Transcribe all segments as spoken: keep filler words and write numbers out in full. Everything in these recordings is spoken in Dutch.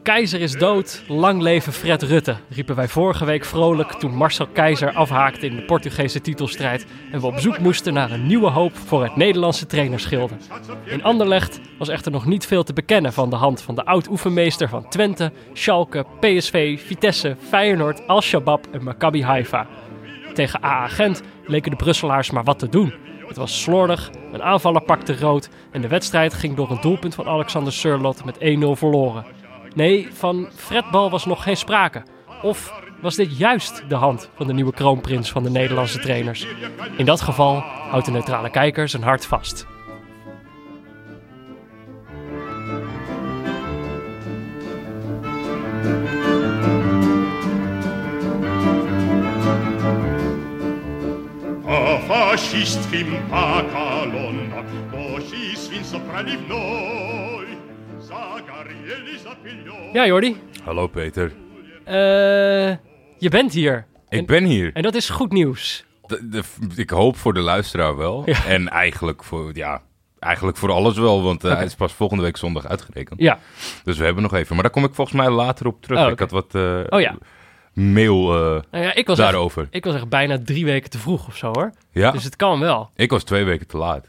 Keizer is dood, lang leven Fred Rutte, riepen wij vorige week vrolijk toen Marcel Keizer afhaakte in de Portugese titelstrijd en we op zoek moesten naar een nieuwe hoop voor het Nederlandse trainersgilde. In Anderlecht was echter nog niet veel te bekennen van de hand van de oud-oefenmeester van Twente, Schalke, P S V, Vitesse, Feyenoord, Al-Shabaab en Maccabi Haifa. Tegen A A Gent leken de Brusselaars maar wat te doen. Het was slordig, een aanvaller pakte rood en de wedstrijd ging door een doelpunt van Alexander Sørloth met één nul verloren. Nee, van Fredbal was nog geen sprake. Of was dit juist de hand van de nieuwe kroonprins van de Nederlandse trainers? In dat geval houdt de neutrale kijker zijn hart vast. Fascistkim pakalona, boši svin sopravnoj, Zagarieli zapiljo. Ja, Jordi. Hallo Peter. Uh, je bent hier. Ik en, ben hier. En dat is goed nieuws. De, de, ik hoop voor de luisteraar wel. Ja. En eigenlijk voor, ja, eigenlijk voor alles wel, want uh, Okay. het is pas volgende week zondag uitgerekend. Ja. Dus we hebben nog even. Maar daar kom ik volgens mij later op terug. Oh, okay. Ik had wat uh, Oh ja. mail uh, Nou ja, ik was daarover. Echt, ik was echt bijna drie weken te vroeg of zo, hoor. Ja, Dus het kan wel. ik was twee weken te laat.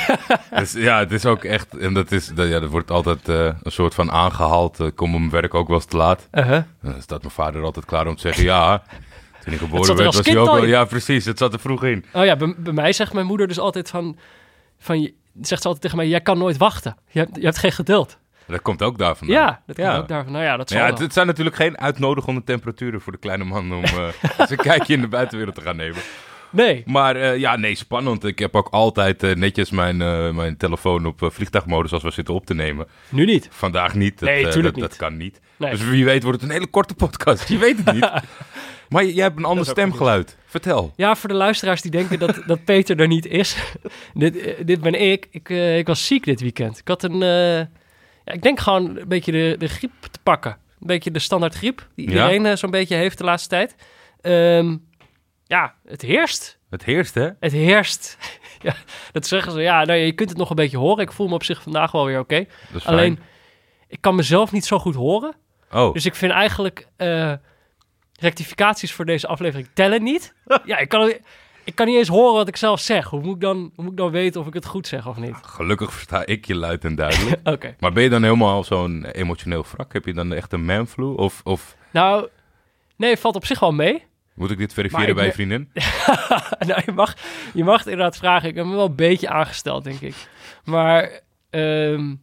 Dus ja, het is ook echt, en dat is, dat, ja, dat wordt altijd uh, een soort van aangehaald. Ik kom op mijn werk ook wel eens te laat. Uh-huh. En dan staat mijn vader altijd klaar om te zeggen, ja, toen ik Het geboren zat er werd als was hij kind ook al wel, in. ja precies, het zat er vroeg in. Oh ja, bij, bij mij zegt mijn moeder dus altijd van, van... je- Zegt ze altijd tegen mij, jij kan nooit wachten. Je hebt, je hebt geen geduld. Dat komt ook daar vandaan. Ja, dat komt Ja. ook daarvan. Nou ja, dat zal Ja, wel. het, het zijn natuurlijk geen uitnodigende temperaturen voor de kleine man om uh, eens een kijkje in de buitenwereld te gaan nemen. Nee. Maar uh, ja, nee, spannend. Ik heb ook altijd uh, netjes mijn, uh, mijn telefoon op uh, vliegtuigmodus als we zitten op te nemen. Nu niet. Vandaag niet. Dat, Nee, uh, tuurlijk dat, niet. dat kan niet. Nee. Dus wie weet wordt het een hele korte podcast. Je weet het niet. Maar j- jij hebt een ander is ook stemgeluid. Vertel. Ja, voor de luisteraars die denken dat, dat Peter er niet is. dit, eh, dit ben ik. Ik, uh, ik was ziek dit weekend. Ik had een... Uh, ja, ik denk gewoon een beetje de, de griep te pakken. Een beetje de standaard griep die iedereen ja? uh, zo'n beetje heeft de laatste tijd. Um, ja, het heerst. Het heerst, hè? Het heerst. ja, dat zeggen ze. Ja, nou, je kunt het nog een beetje horen. Ik voel me op zich vandaag wel weer oké. Okay. Alleen, ik kan mezelf niet zo goed horen. Oh. Dus ik vind eigenlijk... Uh, rectificaties voor deze aflevering tellen niet. Ja, ik kan, ik kan niet eens horen wat ik zelf zeg. Hoe moet ik dan, hoe moet ik dan weten of ik het goed zeg of niet? Gelukkig versta ik je luid en duidelijk. Oké. Okay. Maar ben je dan helemaal zo'n emotioneel wrak? Heb je dan echt een manflu? Of, of... Nou, nee, valt op zich wel mee. Moet ik dit verifiëren ik bij je vriendin? nou, je mag, je mag het inderdaad vragen. Ik heb me wel een beetje aangesteld, denk ik. Maar... Um,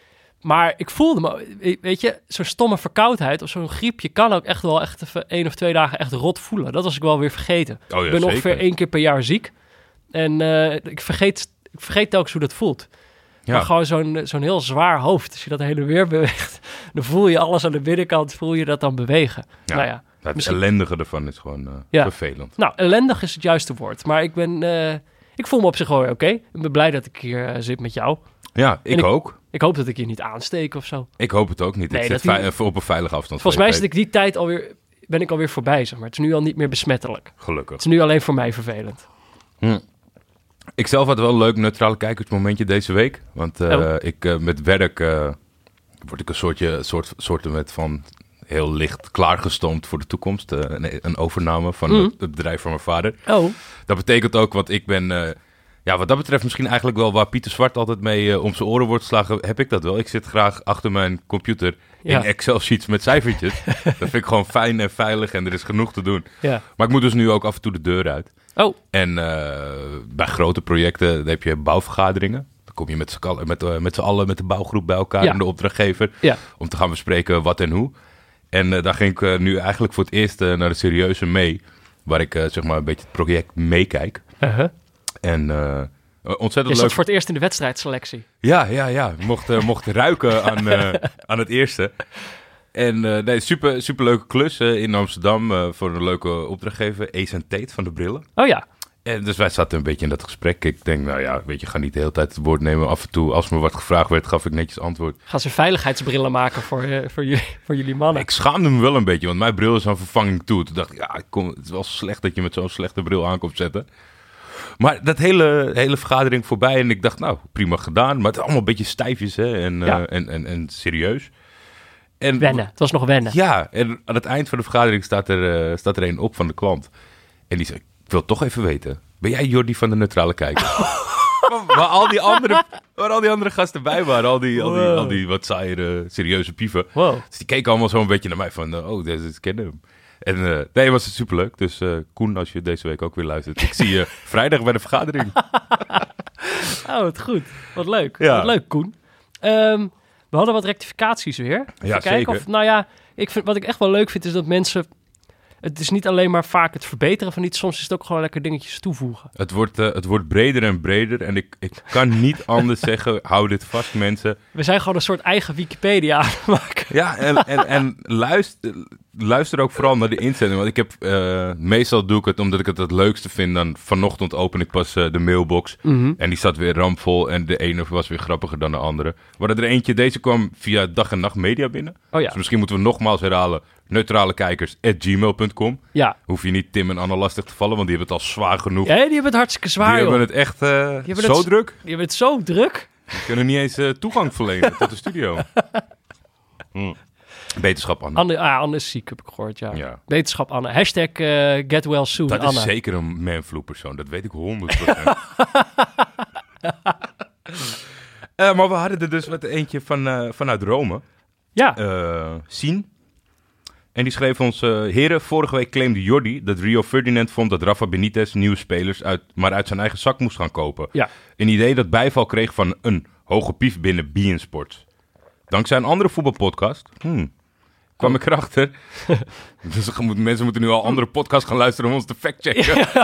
Maar ik voelde me, weet je, zo'n stomme verkoudheid of zo'n griepje kan ook echt wel echt even één of twee dagen echt rot voelen. Dat was ik wel weer vergeten. Oh ja, ik ben zeker. ongeveer één keer per jaar ziek. En uh, ik, vergeet, ik vergeet telkens hoe dat voelt. Ja. Maar gewoon zo'n, zo'n heel zwaar hoofd. Als je dat hele weer beweegt, dan voel je alles aan de binnenkant, voel je dat dan bewegen. Ja, nou ja, het misschien... ellendige ervan is gewoon uh, ja. vervelend. Nou, ellendig is het juiste woord. Maar ik ben, uh, ik voel me op zich wel weer oké. Okay. Ik ben blij dat ik hier uh, zit met jou. Ja, ik, ik ook. Ik hoop dat ik je niet aansteek of zo. Ik hoop het ook niet. Nee, ik zit vei- die... op een veilige afstand. Volgens mij zit ik die tijd alweer, ben ik alweer voorbij, zeg maar. Het is nu al niet meer besmettelijk. Gelukkig. Het is nu alleen voor mij vervelend. Hm. Ik zelf had wel een leuk neutrale kijkersmomentje deze week. Want uh, oh. ik, uh, met werk uh, word ik een soortje, soort, soorten met van heel licht klaargestoomd voor de toekomst. Uh, een, een overname van mm. het, het bedrijf van mijn vader. Oh. Dat betekent ook, want ik ben... Uh, Ja, wat dat betreft misschien eigenlijk wel waar Pieter Zwart altijd mee uh, om zijn oren wordt geslagen, heb ik dat wel. Ik zit graag achter mijn computer in ja. Excel-sheets met cijfertjes. Dat vind ik gewoon fijn en veilig en er is genoeg te doen. Ja. Maar ik moet dus nu ook af en toe de deur uit. Oh. En uh, bij grote projecten dan heb je bouwvergaderingen. Dan kom je met z'n, met, uh, met z'n allen, met de bouwgroep bij elkaar ja. en de opdrachtgever. Ja. Om te gaan bespreken wat en hoe. En uh, daar ging ik uh, nu eigenlijk voor het eerst uh, naar de serieuze mee. Waar ik uh, zeg maar een beetje het project meekijk. Uh-huh. En uh, ontzettend leuk. Je zat voor het eerst in de wedstrijdselectie. Ja, ja, ja. Mocht, uh, mocht ruiken aan, uh, aan het eerste. En uh, nee, super, super leuke klus uh, in Amsterdam uh, voor een leuke opdrachtgever. Ace en Tate van de brillen. Oh ja. En dus wij zaten een beetje in dat gesprek. Ik denk, nou ja, weet je, ga niet de hele tijd het woord nemen. Af en toe, als me wat gevraagd werd, gaf ik netjes antwoord. Gaan ze veiligheidsbrillen maken voor, uh, voor, jullie, voor jullie mannen? Ik schaamde me wel een beetje, want mijn bril is aan vervanging toe. Toen dacht ik, ja, ik kom, het is wel slecht dat je met zo'n slechte bril aan komt zetten. Maar dat hele, hele vergadering voorbij en ik dacht, nou, prima gedaan. Maar het is allemaal een beetje stijfjes hè, en, ja. uh, en, en, en serieus. En, wennen, het was nog wennen. Ja, en aan het eind van de vergadering staat er, uh, staat er een op van de klant. En die zei, ik wil toch even weten, ben jij Jordi van de neutrale kijker? waar, waar, al die andere, waar al die andere gasten bij waren, al die, al die, Wow. al die wat saaiere, serieuze pieven. Wow. Dus die keken allemaal zo een beetje naar mij van, uh, oh, deze is kennen hem. En uh, nee, was het superleuk. Dus uh, Koen, als je deze week ook weer luistert, ik zie je vrijdag bij de vergadering. Oh, wat goed. Wat leuk. Ja. Wat leuk, Koen. Um, we hadden wat rectificaties weer. Even Ja, kijken zeker. Of, nou ja, ik vind, wat ik echt wel leuk vind is dat mensen... Het is niet alleen maar vaak het verbeteren van iets. Soms is het ook gewoon lekker dingetjes toevoegen. Het wordt, uh, het wordt breder en breder. En ik, ik kan niet anders zeggen, hou dit vast, mensen. We zijn gewoon een soort eigen Wikipedia aan het maken. Ja, en, en, en luister, luister ook vooral naar de inzending. Want ik heb, uh, meestal doe ik het omdat ik het het leukste vind. Dan vanochtend open ik pas uh, de mailbox. Mm-hmm. En die zat weer rampvol. En de ene was weer grappiger dan de andere. We hadden er eentje, deze kwam via Dag en Nacht Media binnen. Oh ja. Dus misschien moeten we nogmaals herhalen. neutralekijkers at gmail punt com. Ja. Hoef je niet Tim en Anna lastig te vallen, want die hebben het al zwaar genoeg. Ja, die hebben het hartstikke zwaar, die joh. hebben het echt uh, hebben zo het- druk. Die hebben het zo druk. Die kunnen niet eens uh, toegang verlenen tot de studio. Hm. Beterschap, Anne. Anne, ah, Anne is ziek, heb ik gehoord, ja. Ja. Wetenschap Anne. Hashtag uh, get well soon, Dat Anne. is zeker een manflu-persoon, dat weet ik honderd procent. uh, maar we hadden er dus wat eentje van, uh, vanuit Rome. Ja. Uh, Sien. En die schreef ons... Uh, Heren, vorige week claimde Jordi dat Rio Ferdinand vond dat Rafa Benitez nieuwe spelers uit, maar uit zijn eigen zak moest gaan kopen. Ja. Een idee dat bijval kreeg van een hoge pief binnen B N Sports. Dankzij een andere voetbalpodcast... Hmm, kwam ik erachter. Dus mensen moeten nu al andere podcasts gaan luisteren om ons te factchecken. Ja.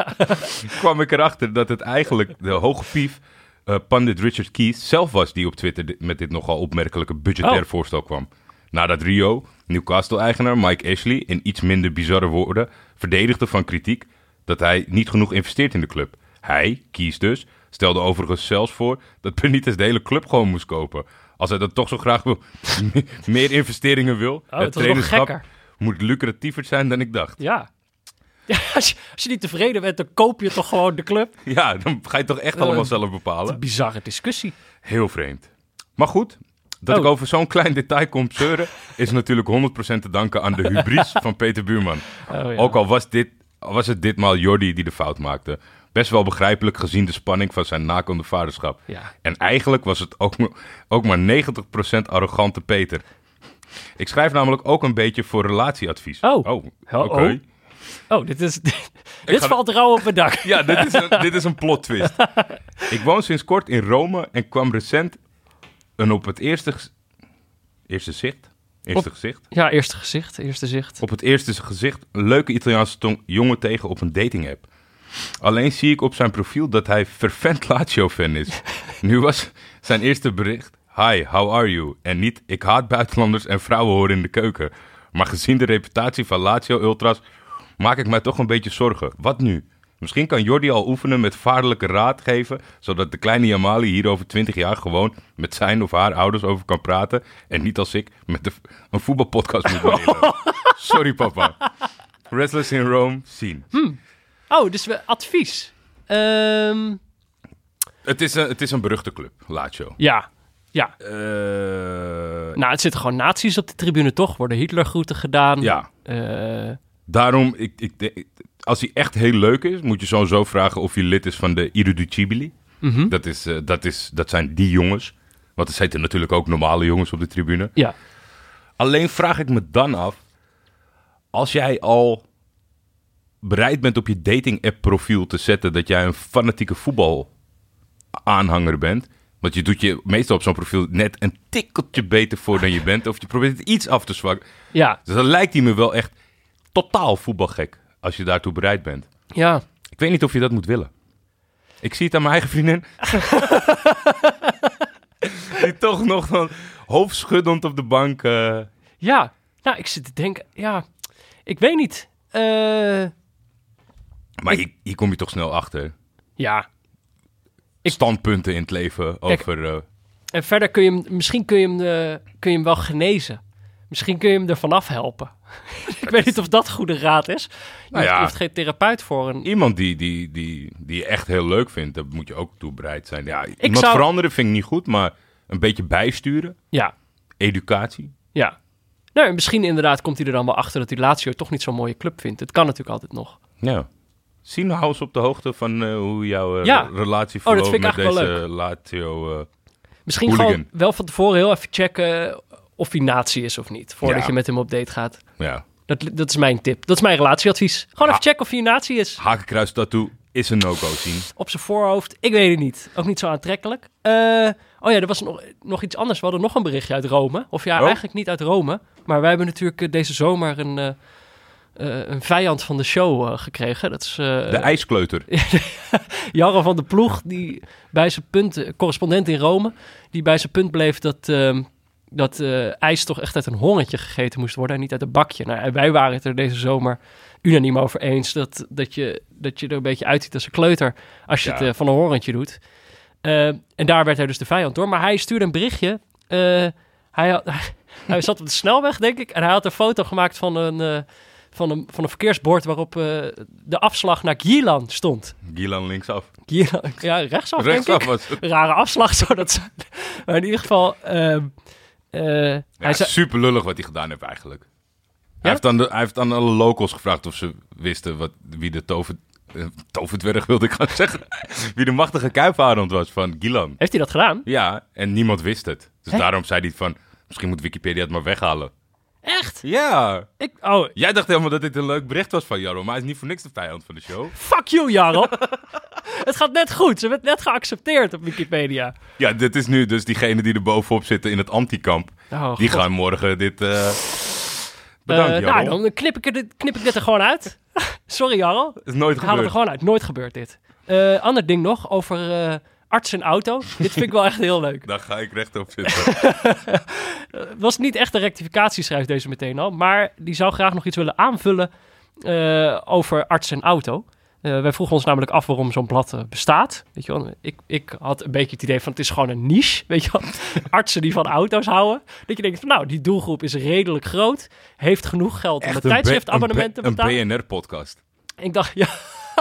kwam ik erachter dat het eigenlijk de hoge pief... Uh, pandit Richard Keys zelf was die op Twitter di- met dit nogal opmerkelijke budgetair Oh. voorstel kwam. Nadat Rio, Newcastle-eigenaar Mike Ashley in iets minder bizarre woorden verdedigde van kritiek dat hij niet genoeg investeert in de club. Hij, Keys dus, stelde overigens zelfs voor dat Benitez de hele club gewoon moest kopen. Als hij dat toch zo graag wil, meer investeringen wil. Oh, het was nog gekker. moet lucratiever zijn dan ik dacht. Ja. Ja, als je, als je niet tevreden bent, dan koop je toch gewoon de club. Ja, dan ga je toch echt allemaal zelf bepalen. Een bizarre discussie. Heel vreemd. Maar goed, dat Oh. ik over zo'n klein detail kom zeuren, is natuurlijk honderd procent te danken aan de hubris van Peter Buurman. Oh, ja. Ook al was, dit, al was het ditmaal Jordi die de fout maakte. Best wel begrijpelijk gezien de spanning van zijn nakomende vaderschap. Ja. En eigenlijk was het ook, ook maar negentig procent arrogante Peter. Ik schrijf namelijk ook een beetje voor relatieadvies. Oh. oh Oh, oké. oh. Oh, dit is... dit ga- valt rauw op mijn dak. Ja, dit is een, dit is een plot twist. Ik woon sinds kort in Rome en kwam recent een op het eerste, ges- eerste zicht, eerste Op- gezicht, Ja, eerste gezicht, eerste zicht. op het eerste gezicht een leuke Italiaanse tong- jongen tegen op een dating-app. Alleen zie ik op zijn profiel dat hij fervent Lazio-fan is. Nu was zijn eerste bericht, hi, how are you? En niet, ik haat buitenlanders en vrouwen horen in de keuken. Maar gezien de reputatie van Lazio-ultras maak ik mij toch een beetje zorgen. Wat nu? Misschien kan Jordi al oefenen met vaderlijke raad geven, zodat de kleine Jamali hier over twintig jaar gewoon met zijn of haar ouders over kan praten en niet als ik met de, een voetbalpodcast moet beginnen. Sorry papa. Restless in Rome, zien. Oh, dus we advies. Ehm, Het, is een, het is een beruchte club, Lazio. ja, ja. Eh, Nou, het zitten gewoon nazi's op de tribune, toch? Worden Hitlergroeten gedaan. ja, Eh, daarom, ik, ik, ik- als hij echt heel leuk is, moet je sowieso vragen of hij lid is van de Irreducibili. mhm. Dat, is, eh, dat, is, dat zijn die jongens. Want er zitten natuurlijk ook normale jongens op de tribune. Ja. Alleen vraag ik me dan af, als jij al bereid bent op je dating-app profiel te zetten dat jij een fanatieke voetbalaanhanger bent, want je doet je meestal op zo'n profiel net een tikkeltje beter voor dan je bent, of je probeert het iets af te zwakken. Ja. Dus dan lijkt hij me wel echt totaal voetbalgek, als je daartoe bereid bent. Ja. Ik weet niet of je dat moet willen. Ik zie het aan mijn eigen vriendin. Die toch nog dan hoofdschuddend op de bank. eh, Ja. Nou, ik zit te denken, ja, ik weet niet. Eh, Maar hier, hier kom je toch snel achter. ja. Ik- Standpunten in het leven over... eh, En verder kun je hem, misschien kun je hem, eh, kun je hem wel genezen. Misschien kun je hem er vanaf helpen. Ik weet niet of dat goede raad is. Je, Nou hoeft, ja. je hoeft geen therapeut voor. Een... iemand die, die, die, die je echt heel leuk vindt, daar moet je ook toe bereid zijn. Ja, iemand zou- veranderen vind ik niet goed, maar een beetje bijsturen. Ja, Educatie. ja. Nou, misschien inderdaad komt hij er dan wel achter dat hij Lazio toch niet zo'n mooie club vindt. Het kan natuurlijk altijd nog. Ja. Zien hou eens op de hoogte van uh, hoe jouw uh, ja. relatie oh, verloopt met deze Lazio uh, Misschien hooligan. Gewoon wel van tevoren heel even checken of hij nazi is of niet. Voordat ja. je met hem op date gaat. Ja. Dat, dat is mijn tip. Dat is mijn relatieadvies. Gewoon ha- even checken of hij een nazi is. Hakenkruis tattoo is een no-go zien. Op zijn voorhoofd. Ik weet het niet. Ook niet zo aantrekkelijk. Uh, oh ja, er was nog, nog iets anders. We hadden nog een berichtje uit Rome. Of ja, oh. eigenlijk niet uit Rome. Maar wij hebben natuurlijk deze zomer een, uh, uh, een vijand van de show uh, gekregen. Dat is... Uh, de ijskleuter. Jarre van de Ploeg, die bij zijn punt... correspondent in Rome, die bij zijn punt bleef dat... Uh, dat uh, ijs toch echt uit een hongetje gegeten moest worden en niet uit een bakje. Nou, wij waren het er deze zomer unaniem over eens dat, dat, je, dat je er een beetje uitziet als een kleuter als je ja. het uh, van een hongetje doet. Uh, en daar werd hij dus de vijand door. Maar hij stuurde een berichtje. Uh, hij, had, hij zat op de snelweg, denk ik, en hij had een foto gemaakt van een, uh, van een, van een verkeersbord waarop uh, de afslag naar Gilan stond. Gilan linksaf. Gilan, ja, rechtsaf, rechtsaf denk was ik. Een rare afslag zou dat zijn. Maar in ieder geval... Uh, Uh, ja, hij zei... super lullig wat hij gedaan heeft eigenlijk. Ja? Hij, heeft aan de, hij heeft aan alle locals gevraagd of ze wisten wat, wie de tover, uh, toverdwerg wilde ik gaan zeggen. Wie de machtige kuiparend was van Gilan. Heeft hij dat gedaan? Ja, en niemand wist het. Dus Hè? daarom zei hij van, misschien moet Wikipedia het maar weghalen. Echt? Ja. Ik, oh. Jij dacht helemaal dat dit een leuk bericht was van Jarro, maar hij is niet voor niks de vijand van de show. Fuck you, Jarro. Het gaat net goed. Ze werd net geaccepteerd op Wikipedia. Ja, dit is nu dus diegene die er bovenop zitten in het antikamp. Oh, die God. gaan morgen dit... Uh... Bedankt, uh, Jarro. Nou, dan knip ik, er, knip ik dit er gewoon uit. Sorry, Jarro. Het is nooit ik haal het gebeurd. er gewoon uit. Nooit gebeurd dit. Uh, ander ding nog over uh, arts en auto. Dit vind ik wel echt heel leuk. Daar ga ik rechtop zitten. Was niet echt een rectificatie, schrijft deze meteen al. Maar die zou graag nog iets willen aanvullen uh, over arts en auto. Uh, wij vroegen ons namelijk af waarom zo'n blad uh, bestaat. Weet je wel? Ik, ik had een beetje het idee van het is gewoon een niche. Weet je wel? Artsen die van auto's houden. Dat je denkt van nou, die doelgroep is redelijk groot. Heeft genoeg geld om een tijdschriftabonnement te betalen. Een B N R-podcast. Ik dacht, ja...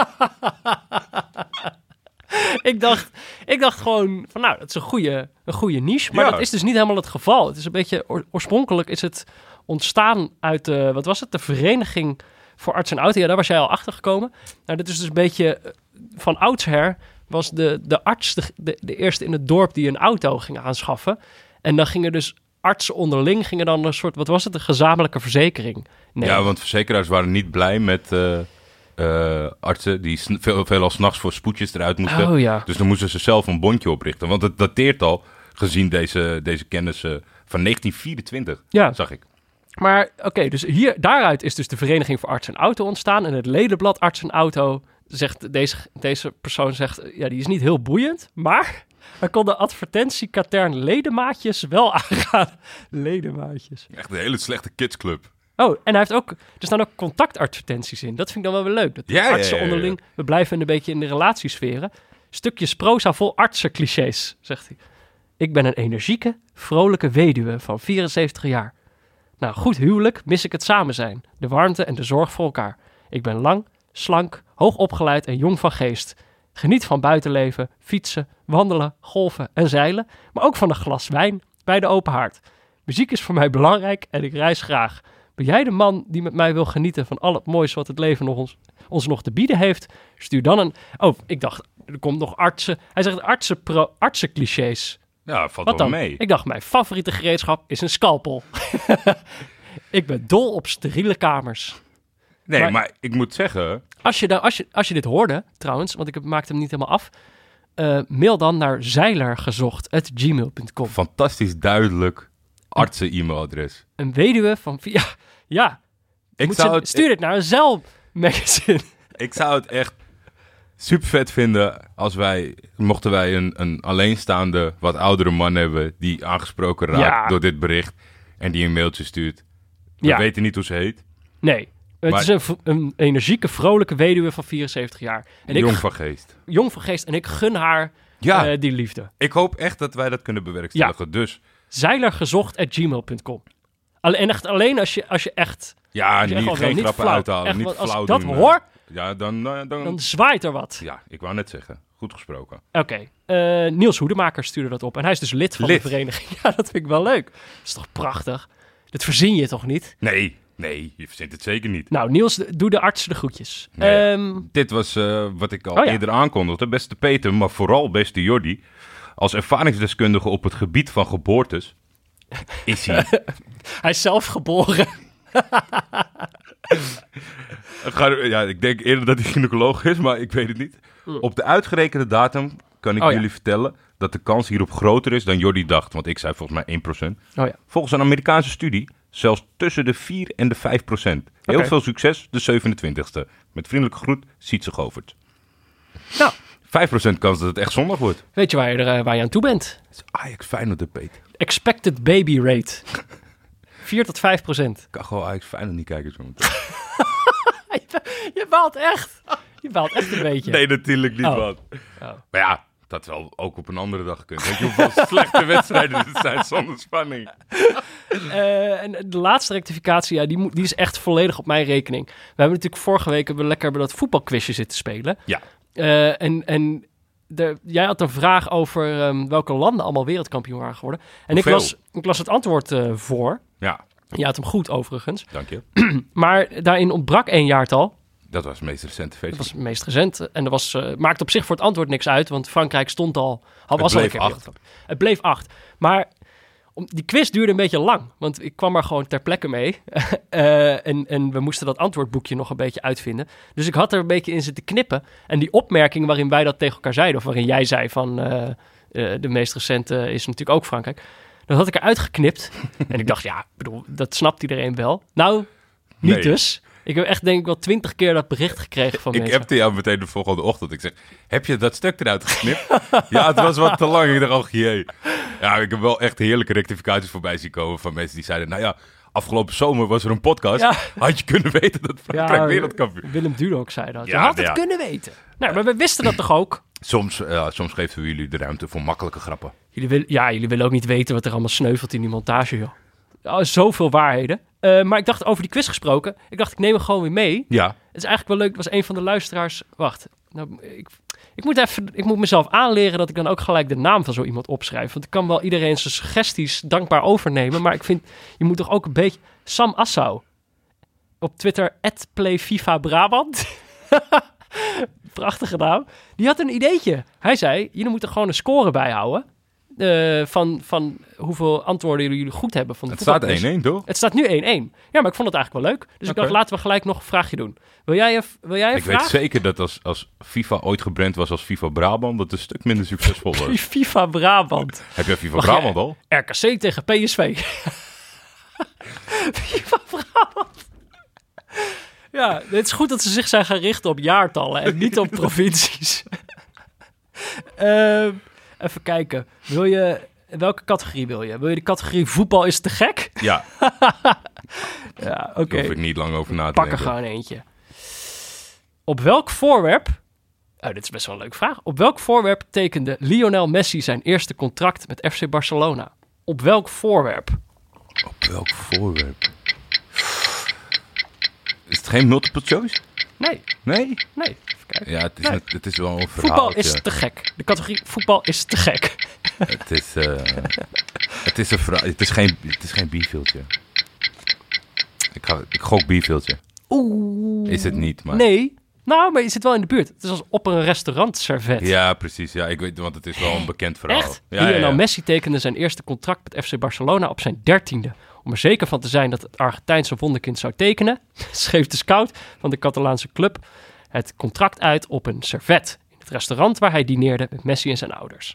ik, dacht, ik dacht gewoon van nou, dat is een goede, een goede niche. Maar ja. dat is dus niet helemaal het geval. Het is een beetje, oor, oorspronkelijk is het ontstaan uit de, wat was het? De Vereniging voor Arts en Auto. Ja, daar was jij al achter gekomen. Nou, dit is dus een beetje van oudsher was de, de arts de, de, de eerste in het dorp die een auto ging aanschaffen. En dan gingen dus artsen onderling, gingen dan een soort, wat was het? Een gezamenlijke verzekering. Nee. Ja, want verzekeraars waren niet blij met... Uh... Uh, artsen die sn- veel, veel al 's nachts voor spoedjes eruit moesten. Oh, ja. Dus dan moesten ze zelf een bondje oprichten. Want het dateert al, gezien deze, deze kennis, uh, van negentien vierentwintig, ja. zag ik. Maar oké, okay, dus hier, daaruit is dus de Vereniging voor Arts en Auto ontstaan. En het ledenblad Arts en Auto, zegt deze, deze persoon, zegt, ja, die is niet heel boeiend. Maar hij kon de advertentiekatern ledemaatjes wel aangaan. Ledemaatjes. Echt een hele slechte kidsclub. Oh, en hij heeft ook, er staan ook contactadvertenties in. Dat vind ik dan wel weer leuk. Dat ja, artsen ja, ja, ja. onderling, we blijven een beetje in de relatiesferen. Stukjes proza vol artsenclichés, zegt hij. Ik ben een energieke, vrolijke weduwe van vierenzeventig jaar. Nou, goed huwelijk mis ik het samen zijn. De warmte en de zorg voor elkaar. Ik ben lang, slank, hoog opgeleid en jong van geest. Geniet van buitenleven, fietsen, wandelen, golfen en zeilen. Maar ook van een glas wijn bij de open haard. Muziek is voor mij belangrijk en ik reis graag. Ben jij de man die met mij wil genieten van al het moois wat het leven nog ons, ons nog te bieden heeft? Stuur dan een... Oh, ik dacht, er komt nog artsen... Hij zegt artsen pro, artsenclichés. Ja, valt wat wel dan? mee. Ik dacht, mijn favoriete gereedschap is een scalpel. Ik ben dol op steriele kamers. Nee, maar, maar maar ik moet zeggen... Als je, daar, als, je, als je dit hoorde, trouwens, want ik maakte hem niet helemaal af... Uh, mail dan naar zeilergezocht at gmail dot com. Fantastisch duidelijk artsen-e-mailadres. Een weduwe van... Ja, ja. Ik zou ze, het, stuur dit naar een zeilmagazine. Ik zou het echt super vet vinden als wij... Mochten wij een, een alleenstaande, wat oudere man hebben... die aangesproken raakt ja. door dit bericht... en die een mailtje stuurt. We ja. weten niet hoe ze heet. Nee. Het maar, is een, een energieke, vrolijke weduwe van vierenzeventig jaar. En jong ik, van geest. Jong van geest. En ik gun haar ja. uh, die liefde. Ik hoop echt dat wij dat kunnen bewerkstelligen. Ja. Dus... zeilergezocht at gmail dot com. En echt alleen als je, als je echt... Ja, je niet, echt geen niet grappen flauw, uithalen. echt, Niet als flauw ik dat doen, hoor, ja, dan, dan, dan... dan zwaait er wat. Ja, ik wou net zeggen. Goed gesproken. Oké. Okay. Uh, Niels Hoedemaker stuurde dat op. En hij is dus lid van lid. de vereniging. Ja, dat vind ik wel leuk. Dat is toch prachtig? Dat verzin je toch niet? Nee, nee, je verzint het zeker niet. Nou, Niels, doe de artsen de groetjes. Nee, um, dit was uh, wat ik al oh ja. eerder aankondigde. Beste Peter, maar vooral beste Jordi. Als ervaringsdeskundige op het gebied van geboortes is hij... hij is zelf geboren. Ja, ik denk eerder dat hij gynaecoloog is, maar ik weet het niet. Op de uitgerekende datum kan ik oh, ja. jullie vertellen dat de kans hierop groter is dan Jordi dacht. Want ik zei volgens mij één procent. Oh, ja. Volgens een Amerikaanse studie zelfs tussen de vier en de vijf procent. Heel okay. veel succes, de zevenentwintigste. Met vriendelijke groet, Sietse Govert. Nou. vijf procent kans dat het echt zondag wordt. Weet je waar je, er, waar je aan toe bent? Het is Ajax Feyenoord de Peet. Expected baby rate. vier tot vijf procent. Ik kan gewoon Ajax Feyenoord niet kijken zo meteen. je, je baalt echt. Je baalt echt een beetje. Nee, natuurlijk niet, oh. man. Oh. Maar ja, dat wel ook op een andere dag kunnen. Weet je hoeveel slechte wedstrijden dit zijn zonder spanning? Uh, en de laatste rectificatie, ja, die, moet, die is echt volledig op mijn rekening. We hebben natuurlijk vorige week hebben we lekker bij dat voetbalquizje zitten spelen. Ja. Uh, en en de, jij had een vraag over um, welke landen allemaal wereldkampioen waren geworden. En ik las, ik las het antwoord uh, voor. Ja. Je had hem goed overigens. Dank je. Maar daarin ontbrak één jaartal. Dat was het meest recente feestje. Dat was het meest recent. En dat was, uh, maakte op zich voor het antwoord niks uit, want Frankrijk stond al... Had, was het al bleef een keer acht. Het bleef acht. Maar om, die quiz duurde een beetje lang, want ik kwam er gewoon ter plekke mee. uh, en, en we moesten dat antwoordboekje nog een beetje uitvinden. Dus ik had er een beetje in zitten knippen. En die opmerking waarin wij dat tegen elkaar zeiden, of waarin jij zei van uh, uh, de meest recente is natuurlijk ook Frankrijk. Dat had ik eruit geknipt. En ik dacht, ja, bedoel, dat snapt iedereen wel. Nou, niet nee. dus. Ik heb echt denk ik wel twintig keer dat bericht gekregen van ik mensen. Ik appte jou meteen de volgende ochtend. Ik zeg, heb je dat stuk eruit geknipt? Ja, het was wat te lang. Ik dacht, oh jee. Ja, ik heb wel echt heerlijke rectificaties voorbij zien komen van mensen die zeiden, nou ja, afgelopen zomer was er een podcast. Ja. Had je kunnen weten dat Frankrijk ja, wereldkampioen... Willem Dudok zei dat. Je ja, had het ja. kunnen weten. Nou, maar we wisten dat toch ook? Soms, uh, soms geven we jullie de ruimte voor makkelijke grappen. Jullie wil, ja, jullie willen ook niet weten wat er allemaal sneuvelt in die montage, joh. Oh, zoveel waarheden. Uh, maar ik dacht, over die quiz gesproken, ik dacht, ik neem hem gewoon weer mee. Ja. Het is eigenlijk wel leuk, het was een van de luisteraars... Wacht, nou, ik, ik, moet even, ik moet mezelf aanleren dat ik dan ook gelijk de naam van zo iemand opschrijf. Want ik kan wel iedereen zijn suggesties dankbaar overnemen, maar ik vind, je moet toch ook een beetje... Sam Assau. Op Twitter, at playfifabrabant. Prachtige naam. Die had een ideetje. Hij zei, jullie moeten gewoon een score bijhouden. Uh, van, van hoeveel antwoorden jullie goed hebben. Van de het staat één-één, toch? Het staat nu één-één. Ja, maar ik vond het eigenlijk wel leuk. Dus okay. ik dacht, laten we gelijk nog een vraagje doen. Wil jij een, wil jij een ik vraag? weet zeker dat als, als FIFA ooit gebrand was als FIFA Brabant, dat het een stuk minder succesvol was. FIFA Brabant. Heb jij FIFA Mag Brabant al? R K C tegen P S V. FIFA Brabant. Ja, het is goed dat ze zich zijn gaan richten op jaartallen en niet op provincies. uh, even kijken. Wil je... Welke categorie wil je? Wil je de categorie voetbal is te gek? Ja. Ja, oké. Okay. Daar hoef ik niet lang over na te Pak denken. Pak er gewoon eentje. Op welk voorwerp... Oh, dit is best wel een leuke vraag. Op welk voorwerp tekende Lionel Messi zijn eerste contract met F C Barcelona? Op welk voorwerp? Op welk voorwerp? Is het geen multiple choice? Nee. Nee? Nee. Even kijken. Ja, het is, nee. een, het is wel een verhaal. Voetbal is te gek. De categorie voetbal is te gek. Het is, uh, het is een verhaal. Het is geen, het is geen bierveeltje. Ik, ga, ik gok bierveeltje. Oeh. Is het niet, maar... Nee. Nou, maar je zit wel in de buurt. Het is als op een restaurant servet. Ja, precies. Ja, ik weet, want het is wel een bekend verhaal. Echt? Ja, Lionel ja, ja. Messi tekende zijn eerste contract met F C Barcelona op zijn dertiende. Om er zeker van te zijn dat het Argentijnse wonderkind zou tekenen, schreef de scout van de Catalaanse club het contract uit op een servet in het restaurant waar hij dineerde met Messi en zijn ouders.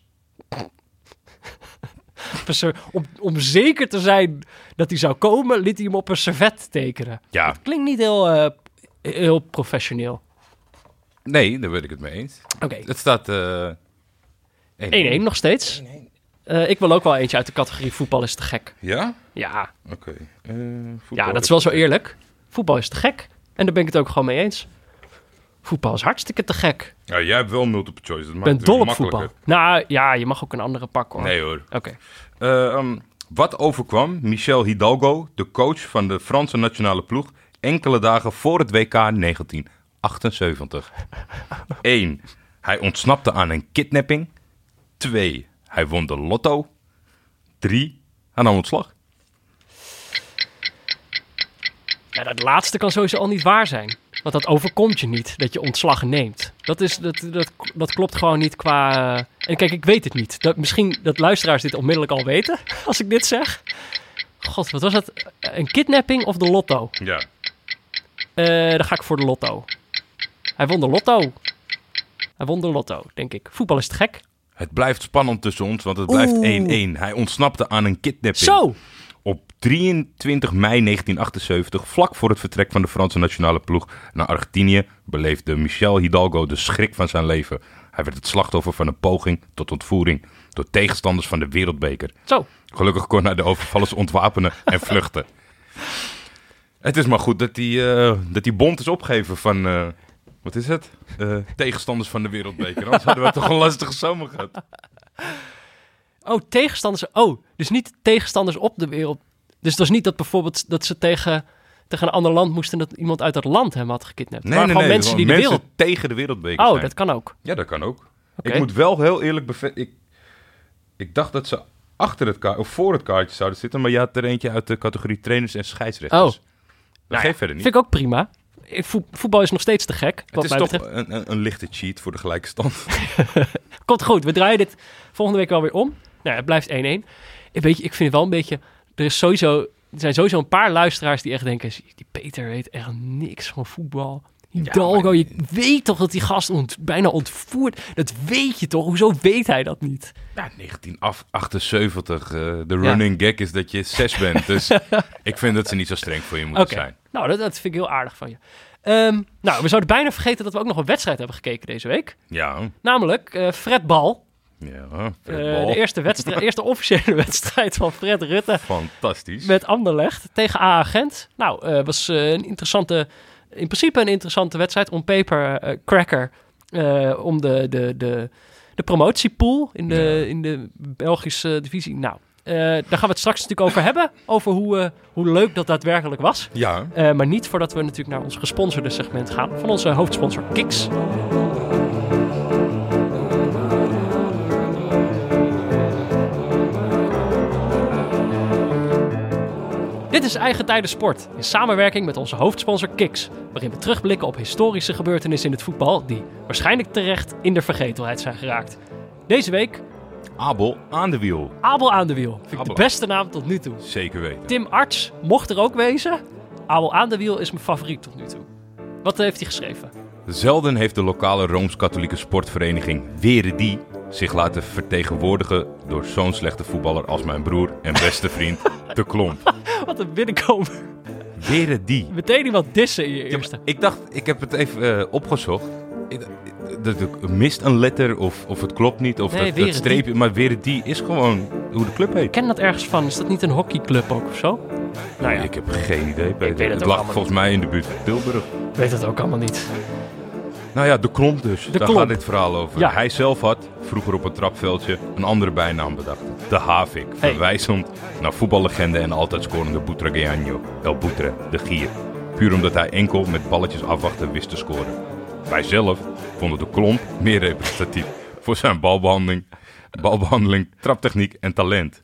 om, om zeker te zijn dat hij zou komen, liet hij hem op een servet tekenen. Ja. Dat klinkt niet heel, uh, heel professioneel. Nee, daar ben ik het mee eens. Oké. Okay. Het staat uh, één-één nog steeds. Uh, ik wil ook wel eentje uit de categorie voetbal is te gek. Ja? Ja. Oké. Okay. Uh, ja, dat is wel zo eerlijk. Voetbal is te gek. En daar ben ik het ook gewoon mee eens. Voetbal is hartstikke te gek. Ja, jij hebt wel multiple choice. Dat ik maakt ben dol op makkelijker. voetbal. Nou ja, je mag ook een andere pakken hoor. Nee hoor. Oké. Okay. Uh, um, wat overkwam Michel Hidalgo, de coach van de Franse nationale ploeg, enkele dagen voor het W K negentien achtenzeventig? één. Hij ontsnapte aan een kidnapping. twee. Hij won de lotto. drie. Hij nam ontslag. Ja, dat laatste kan sowieso al niet waar zijn. Want dat overkomt je niet, dat je ontslag neemt. Dat, is, dat, dat, dat klopt gewoon niet qua... Uh... En kijk, ik weet het niet. Dat, misschien dat luisteraars dit onmiddellijk al weten, als ik dit zeg. God, wat was dat? Een kidnapping of de lotto? Ja. Uh, dan ga ik voor de lotto. Hij won de lotto. Hij won de lotto, denk ik. Voetbal is te gek. Het blijft spannend tussen ons, want het blijft één-één. Hij ontsnapte aan een kidnapping. Zo! Op drieëntwintig mei negentien achtenzeventig, vlak voor het vertrek van de Franse nationale ploeg naar Argentinië, beleefde Michel Hidalgo de schrik van zijn leven. Hij werd het slachtoffer van een poging tot ontvoering door tegenstanders van de wereldbeker. Zo. Gelukkig kon hij de overvallers ontwapenen en vluchten. Het is maar goed dat die, uh, dat die bond is opgegeven van... Uh, wat is het? Uh, tegenstanders van de wereldbeker. Anders hadden we toch een lastige zomer gehad. Oh, tegenstanders. Oh, dus niet tegenstanders op de wereld. Dus het was niet dat bijvoorbeeld dat ze tegen, tegen een ander land moesten... dat iemand uit dat land hem had gekidnapt. Nee, nee, nee. Mensen die de mensen wereld... tegen de wereldbeker oh, zijn. dat kan ook. Ja, dat kan ook. Okay. Ik moet wel heel eerlijk bevestigen... Ik, ik dacht dat ze achter het kaartje, of voor het kaartje zouden zitten... maar je had er eentje uit de categorie trainers en scheidsrechters. Oh. Dat nou geeft ja, verder niet. Vind ik ook prima. Voetbal is nog steeds te gek. Het is toch een, een, een lichte cheat voor de gelijke stand. Komt goed, we draaien dit volgende week wel weer om. Nou, het blijft één-één. Weet je, ik vind het wel een beetje... Er, is sowieso, er zijn sowieso een paar luisteraars die echt denken... Die Peter weet echt niks van voetbal. Hidalgo, ja, maar... je weet toch dat die gast ont, bijna ontvoert? Dat weet je toch? Hoezo weet hij dat niet? Ja, negentien achtenzeventig. Uh, de running ja. gag is dat je zes bent. Dus ik vind dat ze niet zo streng voor je moeten okay. zijn. Nou, dat, dat vind ik heel aardig van je. Um, nou, we zouden bijna vergeten dat we ook nog een wedstrijd hebben gekeken deze week. Ja. Namelijk uh, Fred Bal. Ja, Fred uh, Bal. De eerste, wedstrijd, eerste officiële wedstrijd van Fred Rutte. Fantastisch. Met Anderlecht tegen A A Gent. Nou, het uh, was uh, een interessante... In principe een interessante wedstrijd. On paper uh, cracker. Uh, om de, de, de, de promotiepool in de, ja. in de Belgische divisie. Nou, uh, daar gaan we het straks natuurlijk over hebben. Over hoe, uh, hoe leuk dat daadwerkelijk was. Ja. Uh, maar niet voordat we natuurlijk naar ons gesponsorde segment gaan. Van onze hoofdsponsor Kiks. Dit is Eigen Tijden Sport, in samenwerking met onze hoofdsponsor Kiks, waarin we terugblikken op historische gebeurtenissen in het voetbal die waarschijnlijk terecht in de vergetelheid zijn geraakt. Deze week... Abel aan de wiel. Abel aan de wiel. Vind ik de beste naam tot nu toe. Zeker weten. Tim Arts mocht er ook wezen. Abel aan de wiel is mijn favoriet tot nu toe. Wat heeft hij geschreven? Zelden heeft de lokale Rooms-Katholieke sportvereniging Weredi zich laten vertegenwoordigen door zo'n slechte voetballer als mijn broer en beste vriend De Klomp. Wat een binnenkomer. Weredi. Meteen iemand dissen in je eerste. Ja, ik dacht, ik heb het even uh, opgezocht. Dat ik mist een letter of, of het klopt niet. Of nee, dat, dat streepje. Maar Weredi is gewoon hoe de club heet. Ik ken dat ergens van. Is dat niet een hockeyclub ook of zo? Nou ja. Ik heb geen idee. Ik weet het het lag volgens mij in de buurt van Tilburg. Ik weet het ook allemaal niet. Nou ja, De Klomp dus. De Daar Klomp. gaat dit verhaal over. Ja. Hij zelf had vroeger op een trapveldje een andere bijnaam bedacht. De Havik. Hey. Verwijzend naar voetballegende en altijd scorende Butragueño. El Butre, de Gier. Puur omdat hij enkel met balletjes afwachten wist te scoren. Wij zelf vonden De Klomp meer representatief voor zijn balbehandeling, balbehandeling, traptechniek en talent.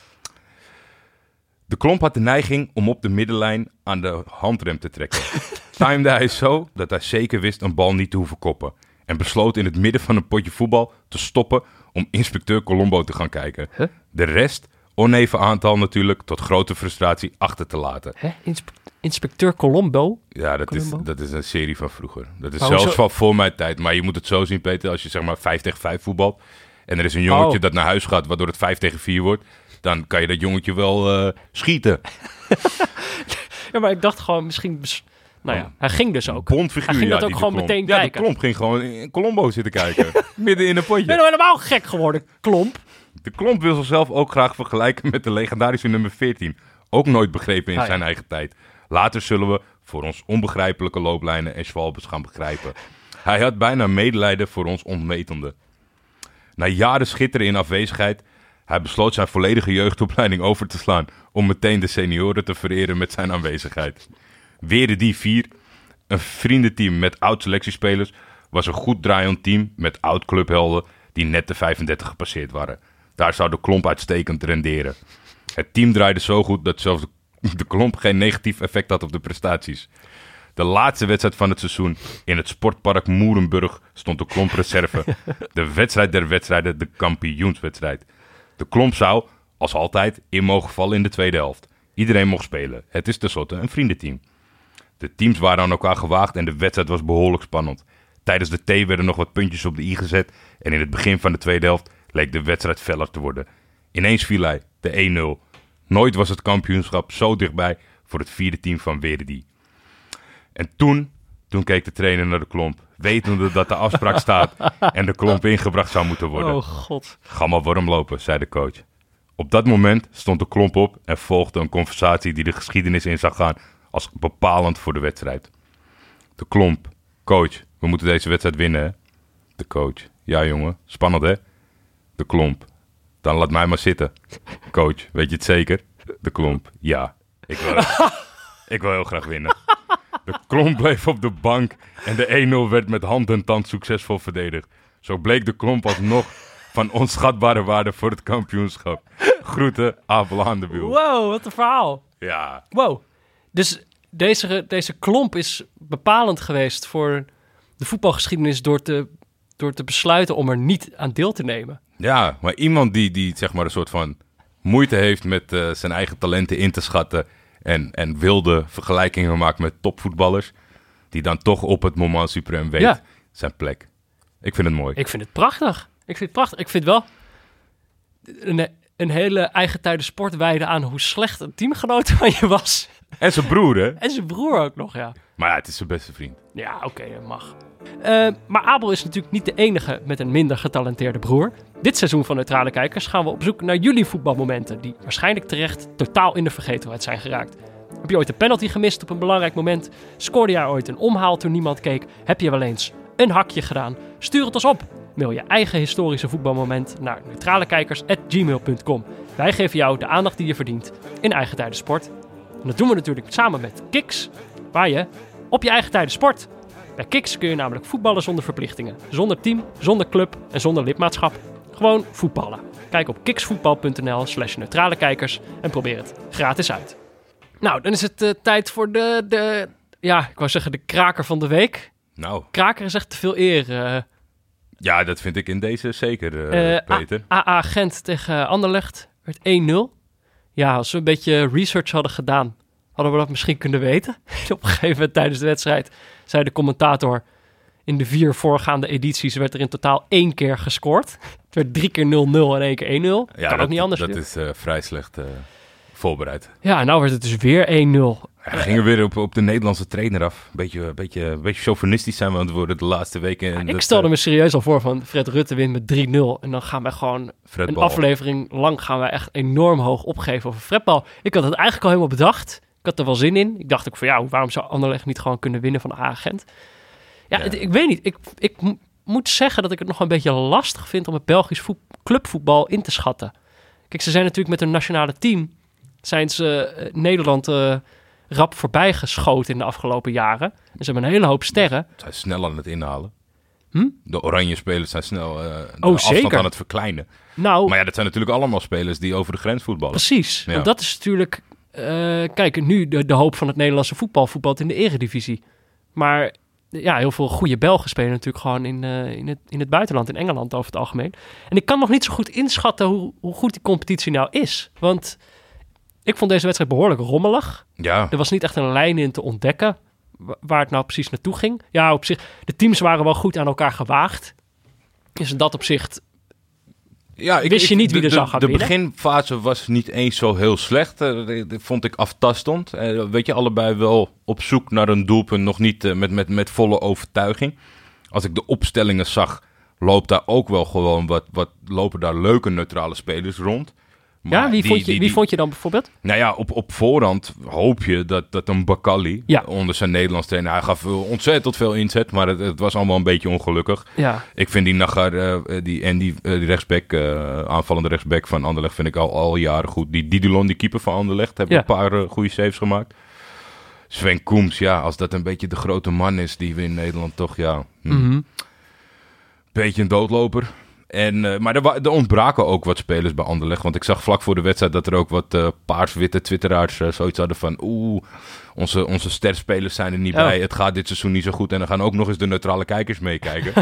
De Klomp had de neiging om op de middenlijn aan de handrem te trekken. Timde hij zo dat hij zeker wist een bal niet te hoeven koppen. En besloot in het midden van een potje voetbal te stoppen om inspecteur Colombo te gaan kijken. Huh? De rest, oneven aantal natuurlijk, tot grote frustratie achter te laten. Hè? Inspe- inspecteur Colombo? Ja, dat is, Colombo? dat is een serie van vroeger. Dat is maar zelfs hoezo? van voor mijn tijd. Maar je moet het zo zien, Peter, als je zeg maar vijf tegen vijf voetbalt. En er is een jongetje oh. dat naar huis gaat, waardoor het vijf tegen vier wordt. Dan kan je dat jongetje wel uh, schieten. Ja, maar ik dacht gewoon misschien... Bes- nou ja, hij ging dus ook. Bondfiguur, hij ging ja, dat ook gewoon meteen ja, kijken. Ja, de Klomp ging gewoon in Colombo zitten kijken. Midden in een potje. Ben je nou helemaal gek geworden, Klomp? De Klomp wil zichzelf ook graag vergelijken met de legendarische nummer veertien. Ook nooit begrepen in ah, zijn ja. eigen tijd. Later zullen we voor ons onbegrijpelijke looplijnen en schwalbes gaan begrijpen. Hij had bijna medelijden voor ons onwetende. Na jaren schitteren in afwezigheid... Hij besloot zijn volledige jeugdopleiding over te slaan om meteen de senioren te vereren met zijn aanwezigheid. Weredi vier, een vriendenteam met oud-selectiespelers, was een goed draaiend team met oud-clubhelden die net de vijfendertig gepasseerd waren. Daar zou De Klomp uitstekend renderen. Het team draaide zo goed dat zelfs de de Klomp geen negatief effect had op de prestaties. De laatste wedstrijd van het seizoen in het sportpark Moerenburg stond de Klomp reserve. De wedstrijd der wedstrijden, de kampioenswedstrijd. De Klomp zou, als altijd, in mogen vallen in de tweede helft. Iedereen mocht spelen. Het is tenslotte een vriendenteam. De teams waren aan elkaar gewaagd en de wedstrijd was behoorlijk spannend. Tijdens de thee werden nog wat puntjes op de i gezet en in het begin van de tweede helft leek de wedstrijd feller te worden. Ineens viel hij, de één nul. Nooit was het kampioenschap zo dichtbij voor het vierde team van Weredi. En toen, toen keek de trainer naar de Klomp, wetende dat de afspraak staat en de Klomp ingebracht zou moeten worden. Oh god. Ga maar warm lopen, zei de coach. Op dat moment stond de Klomp op en volgde een conversatie die de geschiedenis in zou gaan als bepalend voor de wedstrijd. De Klomp, coach, we moeten deze wedstrijd winnen, hè? De coach, ja jongen, spannend hè? De Klomp, dan laat mij maar zitten. Coach, weet je het zeker? De Klomp, ja, ik wil, ik wil heel graag winnen. De Klomp bleef op de bank en de één nul werd met hand en tand succesvol verdedigd. Zo bleek de Klomp alsnog van onschatbare waarde voor het kampioenschap. Groeten, Abel aan de wiel. Wow, wat een verhaal. Ja. Wow. Dus deze, deze Klomp is bepalend geweest voor de voetbalgeschiedenis door te, door te besluiten om er niet aan deel te nemen. Ja, maar iemand die, die zeg maar een soort van moeite heeft met uh, zijn eigen talenten in te schatten en, en wilde vergelijkingen maakt met topvoetballers, die dan toch op het moment suprême weet Ja. zijn plek. Ik vind het mooi. Ik vind het prachtig. Ik vind het prachtig. Ik vind wel een, een hele eigen tijden sport wijden aan hoe slecht een teamgenoot van je was. En zijn broer, hè? En zijn broer ook nog, ja. Maar ja, het is zijn beste vriend. Ja, oké, okay, dat mag. Uh, maar Abel is natuurlijk niet de enige met een minder getalenteerde broer. Dit seizoen van Neutrale Kijkers gaan we op zoek naar jullie voetbalmomenten die waarschijnlijk terecht totaal in de vergetelheid zijn geraakt. Heb je ooit een penalty gemist op een belangrijk moment? Scoorde jij ooit een omhaal toen niemand keek? Heb je wel eens een hakje gedaan? Stuur het ons op. Mail je eigen historische voetbalmoment naar neutralekijkers at gmail punt com. Wij geven jou de aandacht die je verdient in Eigen Tijden Sport. En dat doen we natuurlijk samen met Kiks, waar je op je eigen tijden sport. Bij Kiks kun je namelijk voetballen zonder verplichtingen. Zonder team, zonder club en zonder lidmaatschap. Gewoon voetballen. Kijk op kiksvoetbal.nl slash neutrale kijkers en probeer het gratis uit. Nou, dan is het uh, tijd voor de, de, ja, ik wou zeggen de kraker van de week. Nou. Kraker is echt te veel eer. Uh, ja, dat vind ik in deze zeker, uh, uh, Peter. A A Gent tegen Anderlecht werd één nul. Ja, als we een beetje research hadden gedaan, hadden we dat misschien kunnen weten. Op een gegeven moment tijdens de wedstrijd zei de commentator, in de vier voorgaande edities werd er in totaal één keer gescoord. Het werd drie keer nul nul en één keer één nul. Ja, kan dat, ook niet anders. Dat doen. is uh, vrij slecht uh, voorbereid. Ja, en nou werd het dus weer één nul. Ja, gingen we weer op, op de Nederlandse trainer af. Een beetje, beetje, beetje chauvinistisch zijn we aan het worden de laatste weken. Ja, ik dat, stelde uh, me serieus al voor van Fred Rutte wint met drie nul. En dan gaan wij gewoon Fred een Bal. aflevering lang gaan wij echt enorm hoog opgeven over Fred Bal. Ik had het eigenlijk al helemaal bedacht. Ik had er wel zin in. Ik dacht ook van ja, waarom zou Anderlecht niet gewoon kunnen winnen van A A Gent? Ja, ja. Het, ik weet niet. Ik, ik m- moet zeggen dat ik het nog een beetje lastig vind om het Belgisch voet- clubvoetbal in te schatten. Kijk, ze zijn natuurlijk met hun nationale team, zijn ze uh, Nederland uh, rap voorbij geschoten in de afgelopen jaren. En ze hebben een hele hoop sterren. Ze zijn snel aan het inhalen. Hm? De oranje spelers zijn snel uh, de oh, afstand zeker. aan het verkleinen. Nou, maar ja, dat zijn natuurlijk allemaal spelers die over de grens voetballen. Precies. Ja. Want dat is natuurlijk... Uh, kijk, nu de, de hoop van het Nederlandse voetbal voetbalt in de eredivisie. Maar ja, heel veel goede Belgen spelen natuurlijk gewoon in, uh, in, het, in het buitenland, in Engeland over het algemeen. En ik kan nog niet zo goed inschatten hoe, hoe goed die competitie nou is. Want ik vond deze wedstrijd behoorlijk rommelig. Ja. Er was niet echt een lijn in te ontdekken waar het nou precies naartoe ging. Ja, op zich, de teams waren wel goed aan elkaar gewaagd. Dus in dat opzicht ja, ik, wist je ik, niet wie de, er zou gaan de, de winnen. De beginfase was niet eens zo heel slecht. Uh, dat vond ik aftastend. Uh, weet je, allebei wel op zoek naar een doelpunt. Nog niet uh, met, met, met volle overtuiging. Als ik de opstellingen zag, loopt daar ook wel gewoon wat, wat lopen daar leuke neutrale spelers rond. Maar ja, wie, die, vond je, die, wie die, vond je dan bijvoorbeeld? Nou ja, op, op voorhand hoop je dat, dat een Bakali ja. onder zijn Nederlands trainer... Hij gaf ontzettend veel inzet, maar het, het was allemaal een beetje ongelukkig. Ja. Ik vind die Nagar uh, die, en die, uh, die rechtsback, uh, aanvallende rechtsback van Anderlecht... vind ik al, al jaren goed. Die Didulon, die keeper van Anderlecht, heeft ja. een paar uh, goede saves gemaakt. Sven Koems, ja, als dat een beetje de grote man is die we in Nederland toch, ja... Hm, mm-hmm. beetje een doodloper. En, uh, maar er, wa- er ontbraken ook wat spelers bij Anderlecht. Want ik zag vlak voor de wedstrijd dat er ook wat uh, paars-witte twitteraars uh, zoiets hadden van... Oeh, onze, onze sterspelers zijn er niet oh. bij. Het gaat dit seizoen niet zo goed. En dan gaan ook nog eens de neutrale kijkers meekijken.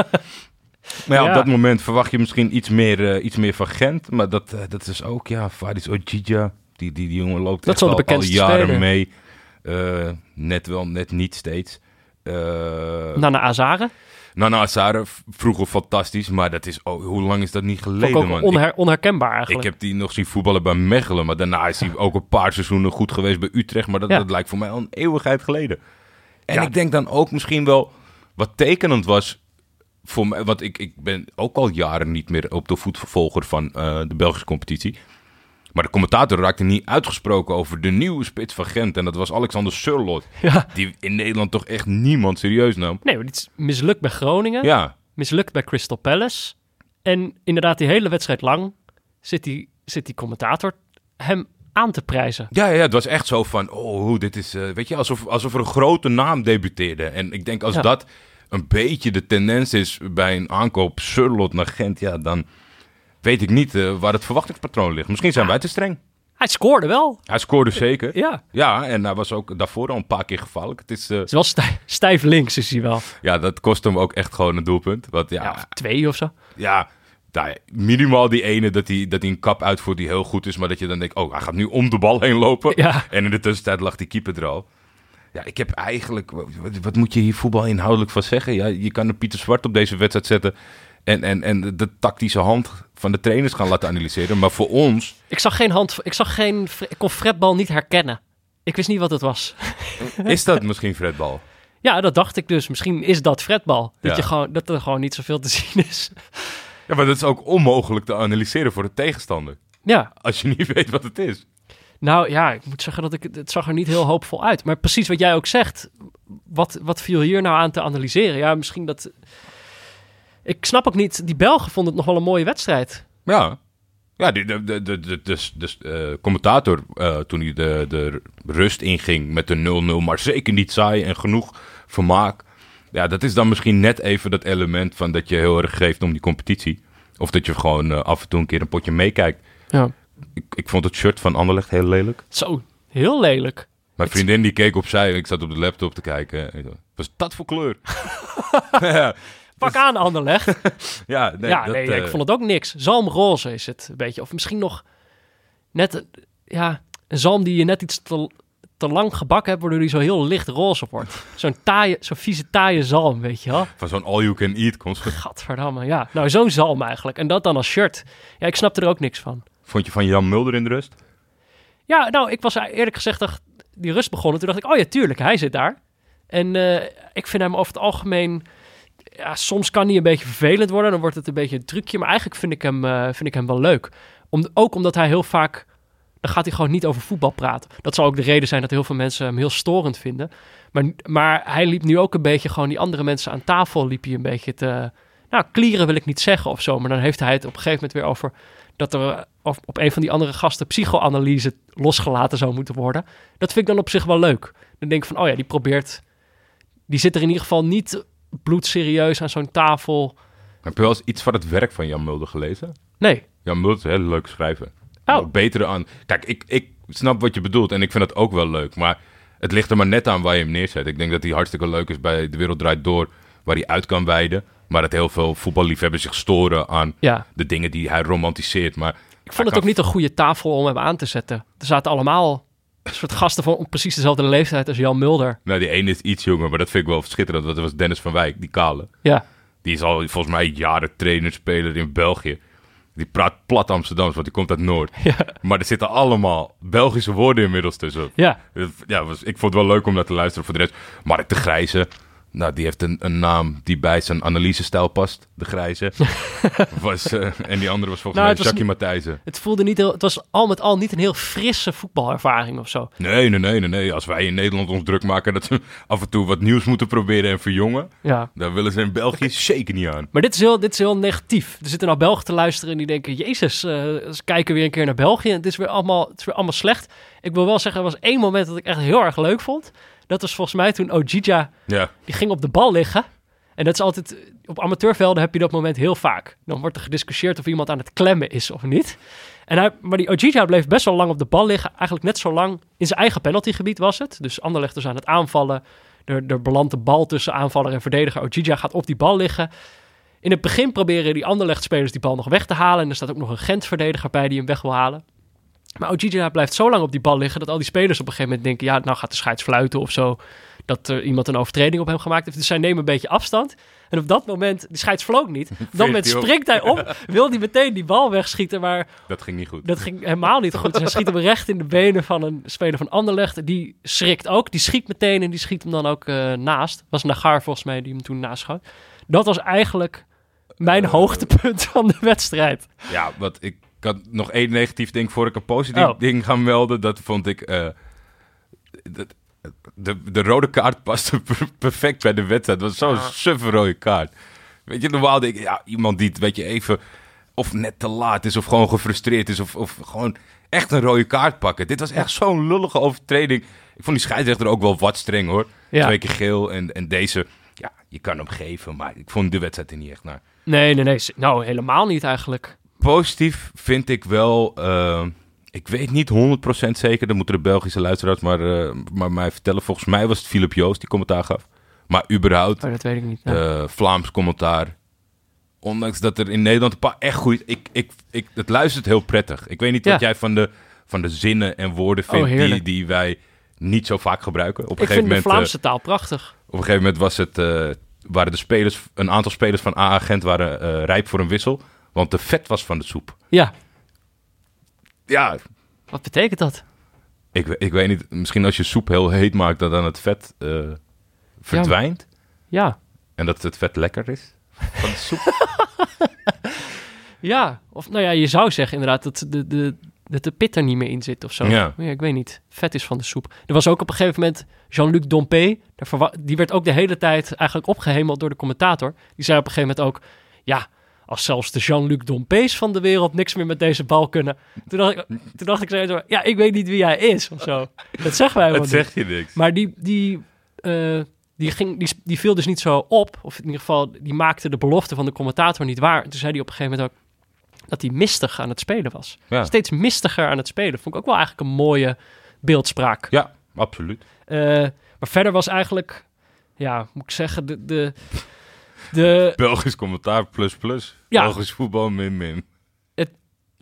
Maar ja, ja, op dat moment verwacht je misschien iets meer, uh, iets meer van Gent. Maar dat, uh, dat is ook, ja, Vadis Ojija. Die, die, die jongen loopt dat echt al, al jaren speler. mee. Uh, net wel, net niet steeds. Uh, Nana Azare. Nana Azare, vroeger fantastisch. Maar dat is, oh, hoe lang is dat niet geleden, ook man? onher, ik, onherkenbaar eigenlijk. Ik heb die nog zien voetballen bij Mechelen. Maar daarna is hij ook een paar seizoenen goed geweest bij Utrecht. Maar dat, ja. dat lijkt voor mij al een eeuwigheid geleden. En ja. ik denk dan ook misschien wel wat tekenend was... Voor mij, want ik, ik ben ook al jaren niet meer op de voetvolger van uh, de Belgische competitie. Maar de commentator raakte niet uitgesproken over de nieuwe spits van Gent. En dat was Alexander Sørloth. Ja. Die in Nederland toch echt niemand serieus nam. Nee, maar dit is mislukt bij Groningen. Ja. Mislukt bij Crystal Palace. En inderdaad, die hele wedstrijd lang zit die, zit die commentator hem aan te prijzen. Ja, ja, het was echt zo van, oh, dit is, uh, weet je, alsof, alsof er een grote naam debuteerde. En ik denk als ja. dat een beetje de tendens is bij een aankoop Sørloth naar Gent, ja, dan weet ik niet uh, waar het verwachtingspatroon ligt. Misschien zijn ja. wij te streng. Hij scoorde wel. Hij scoorde zeker. Ja. Ja, en hij was ook daarvoor al een paar keer gevaarlijk. Het is, uh... het is wel stijf, stijf links, is hij wel. Ja, dat kost hem ook echt gewoon een doelpunt. Want, ja, ja, of twee of zo. Ja, nou, minimaal die ene dat hij, dat hij een kap uitvoert die heel goed is. Maar dat je dan denkt, oh, hij gaat nu om de bal heen lopen. Ja. En in de tussentijd lag die keeper er al. Ja, ik heb eigenlijk... Wat, wat moet je hier voetbal inhoudelijk van zeggen? Ja, je kan een Pieter Zwart op deze wedstrijd zetten... En, en, en de tactische hand van de trainers gaan laten analyseren. Maar voor ons... Ik zag geen hand... Ik zag geen... Ik kon Fredbal niet herkennen. Ik wist niet wat het was. Is dat misschien Fredbal? Ja, dat dacht ik dus. Misschien is dat Fredbal. Dat, Ja. je gewoon, dat er gewoon niet zoveel te zien is. Ja, maar dat is ook onmogelijk te analyseren voor de tegenstander. Ja. Als je niet weet wat het is. Nou ja, ik moet zeggen dat ik... Het zag er niet heel hoopvol uit. Maar precies wat jij ook zegt. Wat, wat viel hier nou aan te analyseren? Ja, misschien dat... Ik snap ook niet, die Belgen vonden het nog wel een mooie wedstrijd. Ja, ja de, de, de, de, de, de, de uh, commentator, uh, toen hij de, de rust inging met de nul nul, maar zeker niet saai en genoeg vermaak. Ja, dat is dan misschien net even dat element van dat je heel erg geeft om die competitie. Of dat je gewoon uh, af en toe een keer een potje meekijkt. Ja. Ik, ik vond het shirt van Anderlecht heel lelijk. Zo, heel lelijk. Mijn vriendin die keek opzij en ik zat op de laptop te kijken. Wat is dat voor kleur? Ja. Pak aan, Anderlecht. ja, nee, ja, dat, nee uh... ik vond het ook niks. Zalmroze is het een beetje. Of misschien nog net ja, een zalm die je net iets te, te lang gebakken hebt, waardoor die zo heel licht roze wordt. Zo'n taaie, zo'n vieze taaie zalm, weet je wel. Van zo'n all-you-can-eat concept. Gadverdamme, ja. Nou, zo'n zalm eigenlijk. En dat dan als shirt. Ja, ik snapte er ook niks van. Vond je van Jan Mulder in de rust? Ja, nou, ik was eerlijk gezegd, dacht, die rust begonnen. Toen dacht ik, oh ja, tuurlijk, hij zit daar. En uh, ik vind hem over het algemeen... Ja, soms kan hij een beetje vervelend worden. Dan wordt het een beetje een trucje. Maar eigenlijk vind ik hem, uh, vind ik hem wel leuk. Om, ook omdat hij heel vaak... Dan gaat hij gewoon niet over voetbal praten. Dat zal ook de reden zijn dat heel veel mensen hem heel storend vinden. Maar, maar hij liep nu ook een beetje... Gewoon die andere mensen aan tafel liep hij een beetje te... Nou, klieren wil ik niet zeggen of zo. Maar dan heeft hij het op een gegeven moment weer over... dat er op, op een van die andere gasten psychoanalyse losgelaten zou moeten worden. Dat vind ik dan op zich wel leuk. Dan denk ik van, oh ja, die probeert... Die zit er in ieder geval niet... bloedserieus aan zo'n tafel. Heb je wel eens iets van het werk van Jan Mulder gelezen? Nee. Jan Mulder is een hele leuk schrijver. Oh. Betere aan... Kijk, ik, ik snap wat je bedoelt en ik vind dat ook wel leuk. Maar het ligt er maar net aan waar je hem neerzet. Ik denk dat hij hartstikke leuk is bij De Wereld Draait Door, waar hij uit kan wijden. Maar dat heel veel voetballiefhebbers zich storen aan ja. de dingen die hij romantiseert. Maar ik vond het ook niet een goede tafel om hem aan te zetten. Er zaten allemaal... een soort gasten van precies dezelfde leeftijd als Jan Mulder. Nou, die ene is iets jonger, maar dat vind ik wel schitterend. Dat was Dennis van Wijk, die kale. Ja. Die is al volgens mij jaren trainer, speler in België. Die praat plat Amsterdams, want die komt uit Noord. Ja. Maar er zitten allemaal Belgische woorden inmiddels tussen. Ja. Ja, was, ik vond het wel leuk om naar te luisteren. Voor de rest, Mark de Grijze. Nou, die heeft een, een naam die bij zijn analysestijl past. De Grijze. was, uh, en die andere was volgens nou, mij Jackie niet, Matthijssen. Het voelde niet heel... Het was al met al niet een heel frisse voetbalervaring of zo. Nee, nee, nee, nee, nee. Als wij in Nederland ons druk maken dat ze af en toe wat nieuws moeten proberen en verjongen. Ja. Dan willen ze in België zeker niet aan. Maar dit is heel, dit is heel negatief. Er zitten nou Belgen te luisteren en die denken... Jezus, uh, ze kijken weer een keer naar België. Het is weer allemaal, het is weer allemaal slecht. Ik wil wel zeggen, er was één moment dat ik echt heel erg leuk vond. Dat was volgens mij toen Ojija, ja. die ging op de bal liggen. En dat is altijd... Op amateurvelden heb je dat moment heel vaak. Dan wordt er gediscussieerd of iemand aan het klemmen is of niet. En hij, maar die Ojija bleef best wel lang op de bal liggen. Eigenlijk net zo lang in zijn eigen penaltygebied was het. Dus Anderlecht dus aan het aanvallen. Er, er belandt de bal tussen aanvaller en verdediger. Ojija gaat op die bal liggen. In het begin proberen die Anderlecht-spelers die bal nog weg te halen. En er staat ook nog een Gent-verdediger bij die hem weg wil halen. Maar Ojija blijft zo lang op die bal liggen... dat al die spelers op een gegeven moment denken... ja, nou gaat de scheids fluiten of zo... dat er iemand een overtreding op hem gemaakt heeft. Dus zij nemen een beetje afstand. En op dat moment, die scheids vloog niet. Op dat moment springt hij om, wil hij meteen die bal wegschieten. Maar dat ging niet goed. Dat ging helemaal niet goed. Dus hij schiet hem recht in de benen van een speler van Anderlecht. Die schrikt ook. Die schiet meteen en die schiet hem dan ook uh, naast. Was Nagar volgens mij die hem toen naschoot. Dat was eigenlijk mijn uh, hoogtepunt van de wedstrijd. Ja, wat ik had nog één negatief ding voor ik een positief oh. ding ga melden. Dat vond ik... Uh, dat, De, de rode kaart paste perfect bij de wedstrijd. Het was zo'n ja. suffe rode kaart. Weet je, normaal denk ik, ja, iemand die weet je, even of net te laat is of gewoon gefrustreerd is of, of gewoon echt een rode kaart pakken. Dit was echt zo'n lullige overtreding. Ik vond die scheidsrechter ook wel wat streng hoor. Ja. Twee keer geel en, en deze, ja, je kan hem geven, maar ik vond de wedstrijd er niet echt naar. Nee, nee, nee. Nou, helemaal niet eigenlijk. Positief vind ik wel... Uh, Ik weet niet honderd procent zeker, dat moeten de Belgische luisteraars maar, uh, maar mij vertellen. Volgens mij was het Philip Joost die commentaar gaf. Maar überhaupt, oh, dat weet ik niet. Uh, ja. Vlaams commentaar. Ondanks dat er in Nederland een paar echt goed... Ik, ik, ik, het luistert heel prettig. Ik weet niet ja. wat jij van de, van de zinnen en woorden vindt oh, die, die wij niet zo vaak gebruiken. Op een ik gegeven vind moment, de Vlaamse uh, taal prachtig. Op een gegeven moment was het, uh, waren de spelers, een aantal spelers van A A Gent waren uh, rijp voor een wissel. Want de vet was van de soep. Ja. Ja. Wat betekent dat? Ik, ik weet niet. Misschien als je soep heel heet maakt, dat dan het vet uh, verdwijnt. Ja. ja. En dat het vet lekker is van de soep. Ja. Of nou ja, je zou zeggen inderdaad dat de, de, dat de pit er niet meer in zit of zo. Ja. ja. Ik weet niet. Vet is van de soep. Er was ook op een gegeven moment Jean-Luc Dompé. Die werd ook de hele tijd eigenlijk opgehemeld door de commentator. Die zei op een gegeven moment ook... Ja, als zelfs de Jean-Luc Dompés van de wereld niks meer met deze bal kunnen. Toen dacht ik, toen dacht ik zo, ja, ik weet niet wie hij is of zo. Dat zeggen wij helemaal niet. Dat zeg je niks. Maar die, die, uh, die, ging, die, die viel dus niet zo op. Of in ieder geval, die maakte de belofte van de commentator niet waar. Toen zei hij op een gegeven moment ook dat hij mistig aan het spelen was. Ja. Steeds mistiger aan het spelen. Vond ik ook wel eigenlijk een mooie beeldspraak. Ja, absoluut. Uh, maar verder was eigenlijk, ja, moet ik zeggen, de... de De... Belgisch commentaar plus plus. Ja. Belgisch voetbal min min. Het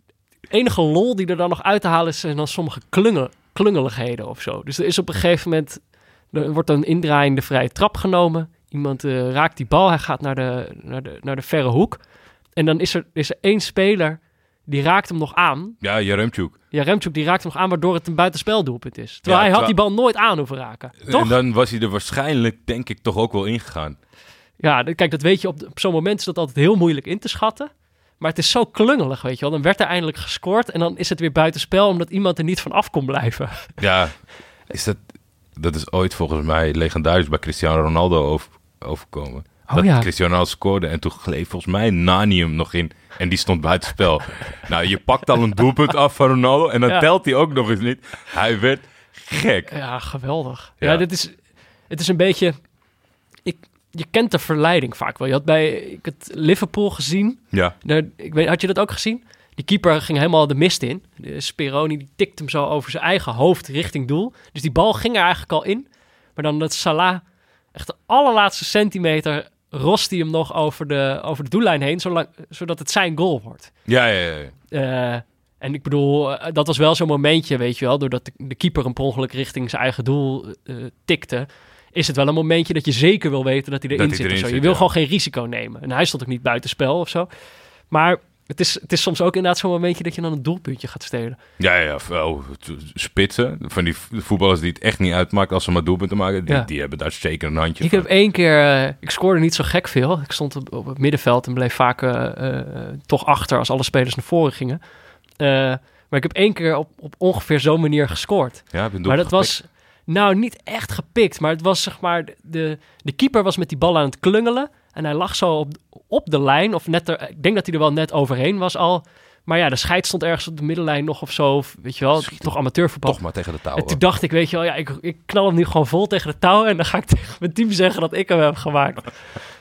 enige lol die er dan nog uit te halen is dan sommige klungel, klungeligheden of zo. Dus er is op een gegeven moment... Er wordt een indraaiende vrije trap genomen. Iemand uh, raakt die bal. Hij gaat naar de, naar, de, naar de verre hoek. En dan is er, is er één speler die raakt hem nog aan. Ja, Jaremchuk. Jaremchuk die raakt hem nog aan waardoor het een buitenspeldoelpunt is. Terwijl ja, hij had die bal nooit aan hoeven raken. Toch? En dan was hij er waarschijnlijk, denk ik, toch ook wel ingegaan. Ja, kijk, dat weet je, op, op zo'n moment is dat altijd heel moeilijk in te schatten. Maar het is zo klungelig, weet je wel. Dan werd er eindelijk gescoord en dan is het weer buitenspel... omdat iemand er niet van af kon blijven. Ja, is dat, dat is ooit volgens mij legendarisch bij Cristiano Ronaldo over, overkomen. Oh, dat ja. Cristiano Ronaldo scoorde en toen gleed volgens mij Nani hem nog in... en die stond buitenspel. Nou, je pakt al een doelpunt af van Ronaldo... en dan ja. telt hij ook nog eens niet. Hij werd gek. Ja, geweldig. Ja, ja dit is, het is een beetje... Ik... Je kent de verleiding vaak wel. Je had bij ik het Liverpool gezien. Ja. Daar, ik weet, had je dat ook gezien? Die keeper ging helemaal de mist in. De Speroni die tikte hem zo over zijn eigen hoofd richting doel. Dus die bal ging er eigenlijk al in. Maar dan dat Salah echt de allerlaatste centimeter rost hij hem nog over de, over de doellijn heen. Zolang, zodat het zijn goal wordt. Ja, ja, ja. Uh, en ik bedoel, uh, dat was wel zo'n momentje, weet je wel. Doordat de, de keeper hem per ongeluk richting zijn eigen doel uh, tikte... is het wel een momentje dat je zeker wil weten dat hij erin dat zit. Hij erin of zo. Je zit, wil ja. gewoon geen risico nemen. En hij stond ook niet buitenspel of zo. Maar het is, het is soms ook inderdaad zo'n momentje dat je dan een doelpuntje gaat stelen. Ja, ja, oh, spitsen. Van die voetballers die het echt niet uitmaakt als ze maar doelpunten maken. Die, ja. die hebben daar zeker een handje ik van. Ik heb één keer... Uh, ik scoorde niet zo gek veel. Ik stond op, op het middenveld en bleef vaak uh, uh, toch achter als alle spelers naar voren gingen. Uh, maar ik heb één keer op, op ongeveer zo'n manier gescoord. Ja, heb je een maar dat gepikt? was... Nou, niet echt gepikt, maar het was zeg maar... De, de keeper was met die bal aan het klungelen... en hij lag zo op, op de lijn, of net er, ik denk dat hij er wel net overheen was al... Maar ja, de scheid stond ergens op de middenlijn nog of zo, of, weet je wel, Schiet toch amateurvoetbal. Toch maar tegen de touw. En toen dacht ik, weet je wel, ja, ik, ik knal hem nu gewoon vol tegen de touw... en dan ga ik tegen mijn team zeggen dat ik hem heb gemaakt.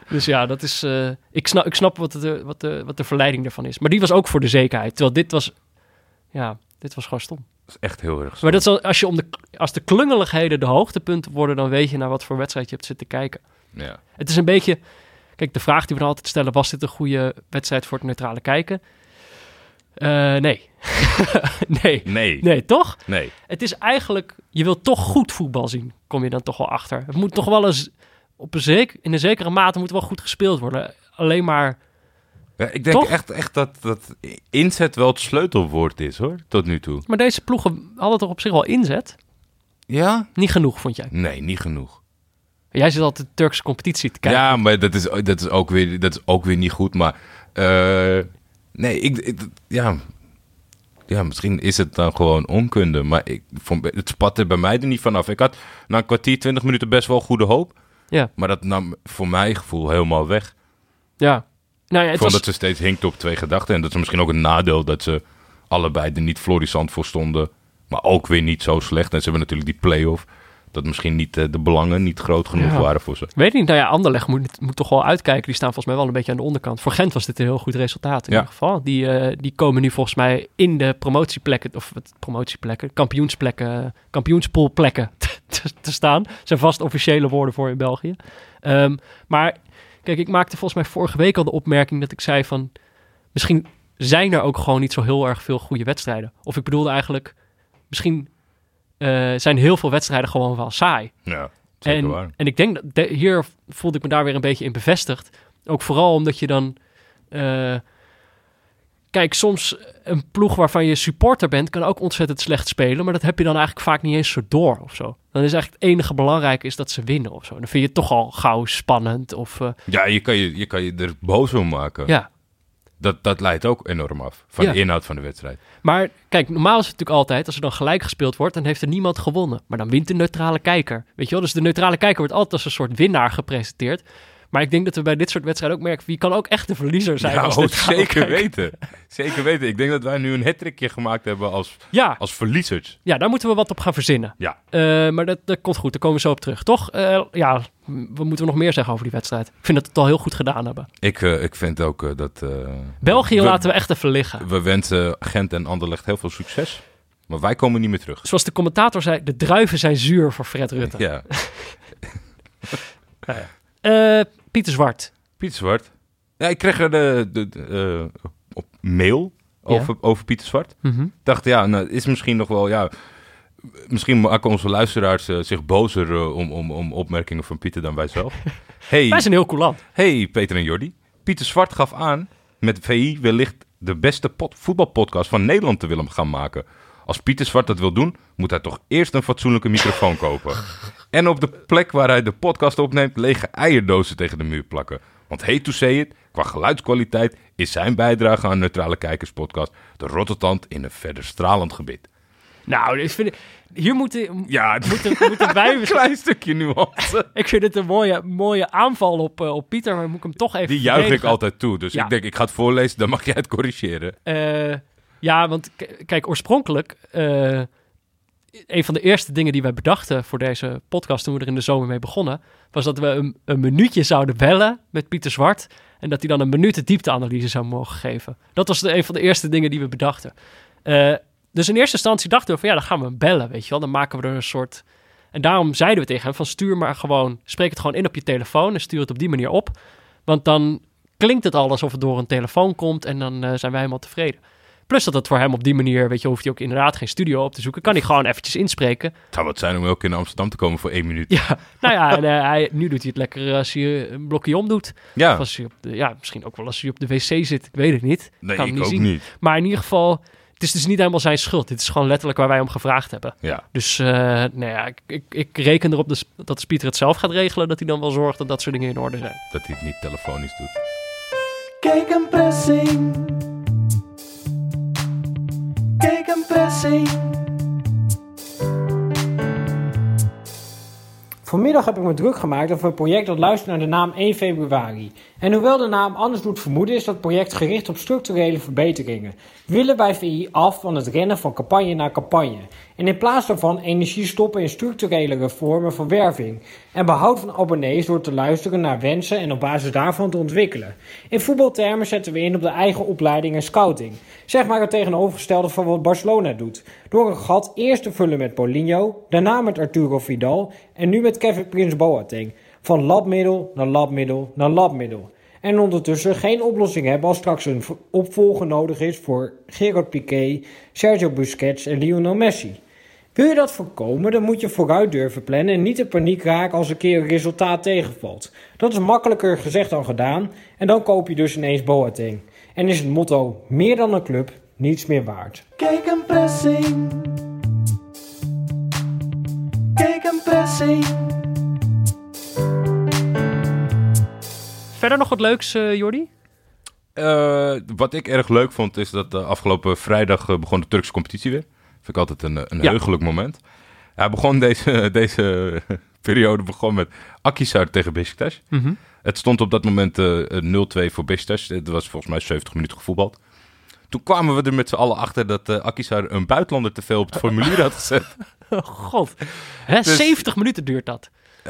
Dus ja, dat is... Uh, ik, snap, ik snap wat de, wat, de, wat de verleiding daarvan is. Maar die was ook voor de zekerheid. Terwijl dit was... Ja, dit was gewoon stom. Dat is echt heel erg stom. Maar dat is, als, je om de, als de klungeligheden de hoogtepunten worden... dan weet je naar wat voor wedstrijd je hebt zitten kijken. Ja. Het is een beetje... Kijk, de vraag die we dan altijd stellen... was dit een goede wedstrijd voor het neutrale kijken? Uh, nee. nee. Nee. Nee, toch? Nee. Het is eigenlijk... Je wilt toch goed voetbal zien, kom je dan toch wel achter. Het moet toch wel eens... Op een zeker, in een zekere mate moet wel goed gespeeld worden. Alleen maar... Ja, ik denk toch? echt, echt dat, dat inzet wel het sleutelwoord is, hoor. Tot nu toe. Maar deze ploegen hadden toch op zich wel inzet? Ja? Niet genoeg, vond jij? Nee, niet genoeg. Jij zit altijd de Turkse competitie te kijken. Ja, maar dat is, dat is, ook, weer, dat is ook weer niet goed. Maar uh, nee, ik, ik, ja, ja, misschien is het dan gewoon onkunde. Maar ik vond, het spatte bij mij er niet vanaf. Ik had na een kwartier, twintig minuten best wel goede hoop. Ja. Maar dat nam voor mijn gevoel helemaal weg. Ja. Nou ja, het ik vond was... dat ze steeds hinkte op twee gedachten. En dat is misschien ook een nadeel dat ze allebei er niet florissant voor stonden. Maar ook weer niet zo slecht. En ze hebben natuurlijk die play-off. Dat misschien niet uh, de belangen niet groot genoeg ja. waren voor ze. Weet ik niet. Nou ja, Anderlecht moet, moet toch wel uitkijken. Die staan volgens mij wel een beetje aan de onderkant. Voor Gent was dit een heel goed resultaat in ja. ieder geval. Die, uh, die komen nu volgens mij in de promotieplekken, of het promotieplekken, kampioensplekken, kampioenspoolplekken te, te staan. Dat zijn vast officiële woorden voor in België. Um, maar kijk, ik maakte volgens mij vorige week al de opmerking dat ik zei van, misschien zijn er ook gewoon niet zo heel erg veel goede wedstrijden. Of ik bedoelde eigenlijk, misschien uh, zijn heel veel wedstrijden gewoon wel saai. Ja, zeker en, waar. En ik denk, dat de, hier voelde ik me daar weer een beetje in bevestigd. Ook vooral omdat je dan... Uh, kijk, soms een ploeg waarvan je supporter bent, kan ook ontzettend slecht spelen, maar dat heb je dan eigenlijk vaak niet eens zo door of zo. Dan is eigenlijk het enige belangrijke is dat ze winnen of zo. Dan vind je het toch al gauw spannend of... Uh, ja, je kan je, je kan je er boos om maken. Ja. Dat, dat leidt ook enorm af van ja. de inhoud van de wedstrijd. Maar kijk, normaal is het natuurlijk altijd, als er dan gelijk gespeeld wordt, dan heeft er niemand gewonnen. Maar dan wint de neutrale kijker. Weet je wel? Dus de neutrale kijker wordt altijd als een soort winnaar gepresenteerd. Maar ik denk dat we bij dit soort wedstrijden ook merken, wie kan ook echt de verliezer zijn. Ja, als oh, zeker weten. Zeker weten. Ik denk dat wij nu een hattrickje gemaakt hebben als, ja. als verliezers. Ja, daar moeten we wat op gaan verzinnen. Ja. Uh, maar dat, dat komt goed, daar komen we zo op terug. Toch? Uh, ja, wat moeten we nog meer zeggen over die wedstrijd? Ik vind dat we het al heel goed gedaan hebben. Ik, uh, ik vind ook uh, dat... Uh, België we, laten we echt even liggen. We wensen Gent en Anderlecht heel veel succes. Maar wij komen niet meer terug. Zoals de commentator zei, de druiven zijn zuur voor Fred Rutte. Ja. nou ja. Uh, Pieter Zwart. Pieter Zwart. Ja, ik kreeg er de, de, de, uh, op mail over, ja. over Pieter Zwart. Mm-hmm. Ik dacht, ja, nou, is misschien nog wel... ja. Misschien maken onze luisteraars uh, zich bozer uh, om, om, om opmerkingen van Pieter dan wij zelf. Hey, wij zijn heel coulant. Hey, Peter en Jordi. Pieter Zwart gaf aan met V I wellicht de beste pot- voetbalpodcast van Nederland te willen gaan maken. Als Pieter Zwart dat wil doen, moet hij toch eerst een fatsoenlijke microfoon kopen. En op de plek waar hij de podcast opneemt, lege eierdozen tegen de muur plakken. Want hate to say it, qua geluidskwaliteit is zijn bijdrage aan Neutrale Kijkerspodcast de rottetant in een verder stralend gebit. Nou, ik vind, hier moeten, ja, moeten, moeten wij... een klein stukje nuance. Ik vind het een mooie, mooie aanval op, uh, op Pieter, maar moet ik hem toch even Die juich verdedigen. ik altijd toe, dus ja. ik denk, ik ga het voorlezen, dan mag jij het corrigeren. Uh, ja, want k- kijk, oorspronkelijk... Uh, een van de eerste dingen die wij bedachten voor deze podcast, toen we er in de zomer mee begonnen, was dat we een, een minuutje zouden bellen met Pieter Zwart en dat hij dan een minuut diepteanalyse zou mogen geven. Dat was de, een van de eerste dingen die we bedachten. Uh, dus in eerste instantie dachten we van ja, dan gaan we hem bellen, weet je wel. Dan maken we er een soort... En daarom zeiden we tegen hem van stuur maar gewoon, spreek het gewoon in op je telefoon en stuur het op die manier op. Want dan klinkt het al alsof het door een telefoon komt en dan uh, zijn wij helemaal tevreden. Plus dat het voor hem op die manier, weet je, hoeft hij ook inderdaad geen studio op te zoeken. Kan hij gewoon eventjes inspreken. Het zou wat zijn om ook in Amsterdam te komen voor één minuut. Ja, nou ja, en, uh, hij, nu doet hij het lekker als hij een blokje omdoet. Ja. Of als hij op de, ja, misschien ook wel als hij op de wc zit. Ik weet het niet. Nee, kan ik niet ook zien. niet. Maar in ieder geval, het is dus niet helemaal zijn schuld. Dit is gewoon letterlijk waar wij om gevraagd hebben. Ja. Dus uh, nou ja, ik, ik, ik reken erop dus, dat als Pieter het zelf gaat regelen, dat hij dan wel zorgt dat dat soort dingen in orde zijn. Dat hij het niet telefonisch doet. Kijk een pressing. Kijk een pressing. Vanmiddag heb ik me druk gemaakt over een project dat luistert naar de naam één februari. En hoewel de naam anders doet vermoeden, is dat project gericht op structurele verbeteringen. We willen bij V I af van het rennen van campagne naar campagne. En in plaats daarvan energie stoppen in structurele reformen van werving. En behoud van abonnees door te luisteren naar wensen en op basis daarvan te ontwikkelen. In voetbaltermen zetten we in op de eigen opleiding en scouting. Zeg maar het tegenovergestelde van wat Barcelona doet. Door een gat eerst te vullen met Paulinho, daarna met Arturo Vidal en nu met Kevin Prince Boateng. Van labmiddel naar labmiddel naar labmiddel. En ondertussen geen oplossing hebben als straks een opvolger nodig is voor Gerard Piqué, Sergio Busquets en Lionel Messi. Wil je dat voorkomen, dan moet je vooruit durven plannen en niet in paniek raken als een keer een resultaat tegenvalt. Dat is makkelijker gezegd dan gedaan en dan koop je dus ineens Boateng. En is het motto meer dan een club niets meer waard. Gegenpressing. Gegenpressing. Verder nog wat leuks, uh, Jordi? Uh, wat ik erg leuk vond, is dat uh, afgelopen vrijdag uh, begon de Turkse competitie weer. Vind ik altijd een, een ja. heugelijk moment. Hij begon deze, deze periode begon met Akhisar tegen Beşiktaş. Mm-hmm. Het stond op dat moment uh, nul twee voor Beşiktaş. Het was volgens mij zeventig minuten gevoetbald. Toen kwamen we er met z'n allen achter dat uh, Akhisar een buitenlander te veel op het formulier had gezet. Oh god, Hè, dus, zeventig minuten duurt dat. Uh,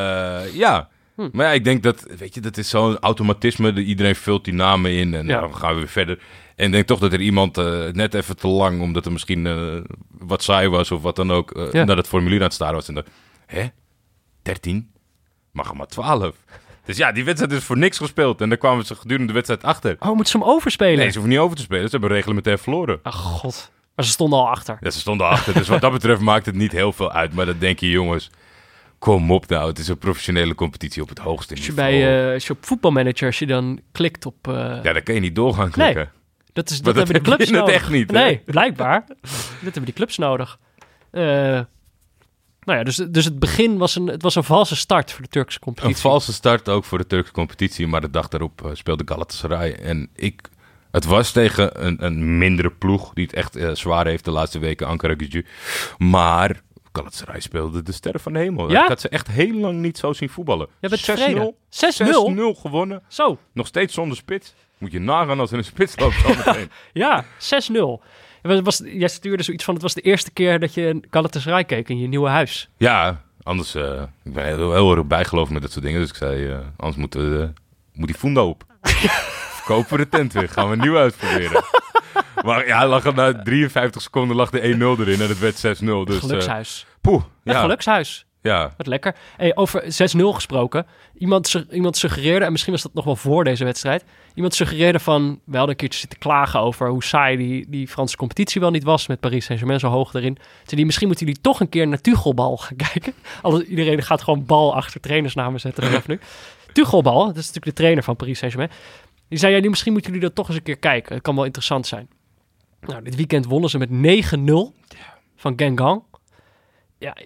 ja. Hm. Maar ja, ik denk dat, weet je, dat is zo'n automatisme. Iedereen vult die namen in en ja. dan gaan we weer verder. En ik denk toch dat er iemand uh, net even te lang, omdat er misschien uh, wat saai was of wat dan ook, uh, ja. naar het formulier aan het staren was. En dacht, hè? dertien? Mag er maar twaalf? Dus ja, die wedstrijd is voor niks gespeeld. En daar kwamen ze gedurende de wedstrijd achter. Oh, moeten ze hem overspelen? Nee, ze hoeven niet over te spelen. Ze hebben reglementair verloren. Ach god. Maar ze stonden al achter. Ja, ze stonden al achter. Dus wat dat betreft maakt het niet heel veel uit. Maar dan denk je, jongens, kom op nou. Het is een professionele competitie op het hoogste als je niveau. Bij, uh, als je op voetbalmanager, als je dan klikt op... Uh... Ja, dan kan je niet doorgaan klikken. Nee, dat, is, dat, dat hebben de clubs nodig. echt niet, hè? Nee, blijkbaar. Dat hebben die clubs nodig. Uh, nou ja, dus, dus het begin was een, het was een valse start voor de Turkse competitie. Een valse start ook voor de Turkse competitie. Maar de dag daarop uh, speelde Galatasaray. En ik... Het was tegen een, een mindere ploeg die het echt uh, zwaar heeft de laatste weken, Ankaragücü. Maar Galatasaray speelde de sterren van de hemel. Ja? Ik had ze echt heel lang niet zo zien voetballen. Je bent zes nul. zes nul? zes nul gewonnen. Zo. Nog steeds zonder spits. Moet je nagaan als er een spits loopt. Zo meteen. Ja, zes nul. Het was, jij stuurde zoiets van, het was de eerste keer dat je Galatasaray keek in je nieuwe huis. Ja, anders... Uh, ik ben heel, heel erg bijgeloven met dat soort dingen. Dus ik zei, uh, anders moet, uh, moet die Fundo op. Kopen we de tent weer. Gaan we een nieuw uitproberen. Maar ja, lag na drieënvijftig seconden lag de één nul erin en het werd zes nul. Dus, gelukshuis. Uh, poeh. Ja. Een gelukshuis. Ja. Wat lekker. Hey, over zes nul gesproken. Iemand, su- iemand suggereerde, en misschien was dat nog wel voor deze wedstrijd. Iemand suggereerde van, we hadden een keertje zitten klagen over hoe saai die, die Franse competitie wel niet was. Met Paris Saint-Germain zo hoog erin. Toen die, misschien moeten jullie toch een keer naar Tuchelbal gaan kijken. Alles, iedereen gaat gewoon bal achter trainersnamen zetten vanaf nu. Tuchelbal, dat is natuurlijk de trainer van Paris Saint-Germain. Die zei, ja, nu misschien moeten jullie dat toch eens een keer kijken. Het kan wel interessant zijn. Nou, dit weekend wonnen ze met negen nul van Guingamp. Ja,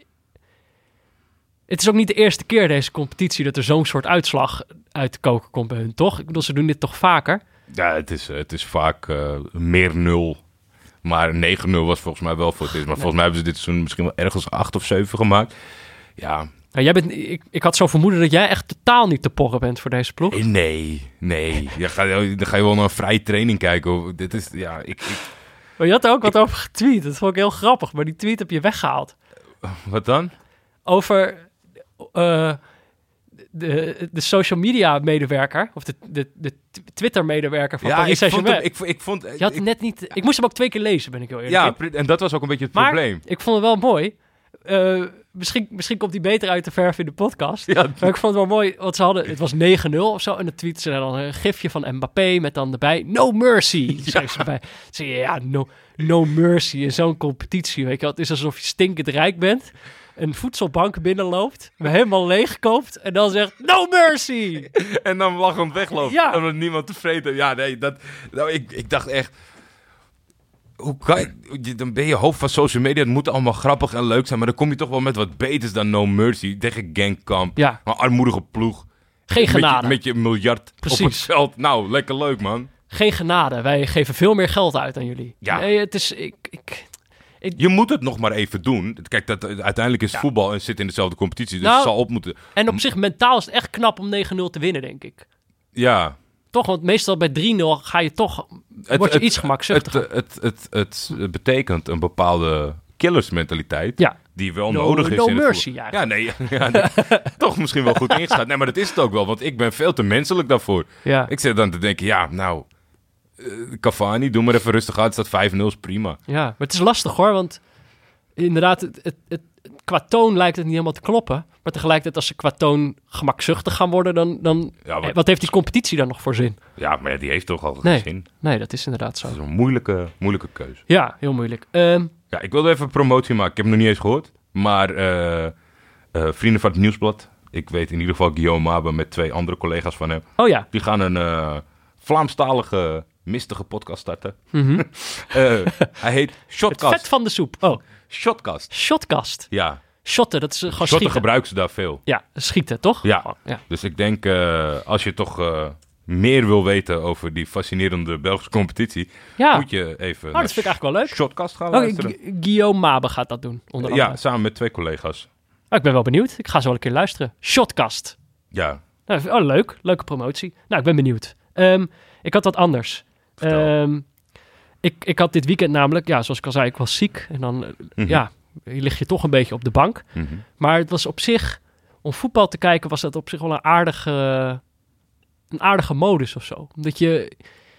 het is ook niet de eerste keer deze competitie dat er zo'n soort uitslag uit de koker komt bij hun, toch? Ik bedoel, ze doen dit toch vaker? Ja, het is, het is vaak uh, meer nul. Maar negen nul was volgens mij wel voor het eerst. Maar nee. volgens mij hebben ze dit seizoen misschien wel ergens acht of zeven gemaakt. Ja... Nou, jij bent, ik, ik had zo vermoeden dat jij echt totaal niet te porren bent voor deze ploeg. Nee, nee. Je gaat, dan ga je wel naar een vrije training kijken. Dit is, ja, ik... ik... Maar je had er ook wat over getweet. Dat vond ik heel grappig. Maar die tweet heb je weggehaald. Wat dan? Over uh, de, de social media medewerker. Of de, de, de Twitter medewerker van ja, Paris Saint-Germain. Ik, ik vond... Je had ik, net niet... Ik moest hem ook twee keer lezen, ben ik heel eerlijk. Ja, en dat was ook een beetje het maar probleem. Ik vond het wel mooi... Uh, misschien, misschien komt hij beter uit de verf in de podcast. Ja. Maar ik vond het wel mooi, want ze hadden... Het was negen nul of zo. En dan tweeten ze dan een gifje van Mbappé met dan erbij... No mercy, schreef ze erbij. Zeg je, ja, no, no mercy in zo'n competitie. Weet je wel, het is alsof je stinkend rijk bent... een voedselbank binnenloopt... me helemaal leeg koopt... en dan zegt, no mercy! En dan lachend wegloopt. Ja. Omdat niemand tevreden... Ja, nee, dat... Nou, ik, ik dacht echt... Hoe kan je, dan ben je hoofd van social media. Het moet allemaal grappig en leuk zijn. Maar dan kom je toch wel met wat beters dan No Mercy. Tegen Genkamp. Ja. Een armoedige ploeg. Geen genade. Met je, met je miljard Precies. op het veld. Nou, lekker leuk, man. Geen genade. Wij geven veel meer geld uit aan jullie. Ja. Nee, het is... Ik, ik, ik... Je moet het nog maar even doen. Kijk, dat, uiteindelijk is het ja. voetbal en zit in dezelfde competitie. Dus nou, het zal op moeten. En op zich, mentaal is het echt knap om negen nul te winnen, denk ik. Ja. Toch, want meestal bij drie nul ga je toch... Het, word je het, iets gemakzuchtiger. Het, het, het, het, het betekent een bepaalde killersmentaliteit... Ja. die wel No- nodig is no in het mercy, voet- eigenlijk. Ja, nee, ja, nee, toch misschien wel goed ingeschat. Nee, maar dat is het ook wel, want ik ben veel te menselijk daarvoor. Ja. Ik zit dan te denken, ja, nou... Uh, Cavani, doe maar even rustig uit. Het staat vijf nul, is prima. Ja, maar het is lastig hoor, want inderdaad, het, het, het, qua toon lijkt het niet helemaal te kloppen. Maar tegelijkertijd, als ze qua toon gemakzuchtig gaan worden, dan... dan Ja, maar- eh, wat heeft die competitie dan nog voor zin? Ja, maar ja, die heeft toch al geen Nee. zin. Nee, dat is inderdaad zo. Dat is een moeilijke, moeilijke keuze. Ja, heel moeilijk. Ehm, Ja, ik wilde even een promotie maken. Ik heb hem nog niet eens gehoord. Maar eh, eh, vrienden van het Nieuwsblad. Ik weet in ieder geval Guillaume Mabe met twee andere collega's van hem. oh ja. Die gaan een eh, Vlaamstalige, mistige podcast starten. Mhm. Eh, hij heet Het Shotcast. vet van de soep. Oh, Shotcast. shotcast. Ja, Shotten, dat is eh, gewoon shotten schieten. gebruiken ze daar veel. Ja, schieten, toch? Ja. Gewoon, ja. Dus ik denk, eh, als je toch eh, meer wil weten over die fascinerende Belgische competitie... Ja. moet je even Oh, naar dat vind ik eigenlijk wel leuk. Shotcast gaan Oh, luisteren. Gu- Guillaume Mabe gaat dat doen, onder andere. Ja, samen met twee collega's. Oh, ik ben wel benieuwd. Ik ga zo wel een keer luisteren. Shotcast. Ja, Nou, oh, leuk. Leuke promotie. Nou, ik ben benieuwd. Ehm, ik had wat anders. Vertel. Ehm, ik, ik had dit weekend namelijk, ja, zoals ik al zei, ik was ziek. En dan, eh, Mhm. ja, lig je toch een beetje op de bank. mhm. Maar het was op zich, om voetbal te kijken, was dat op zich wel een aardige, een aardige modus of zo. Omdat je,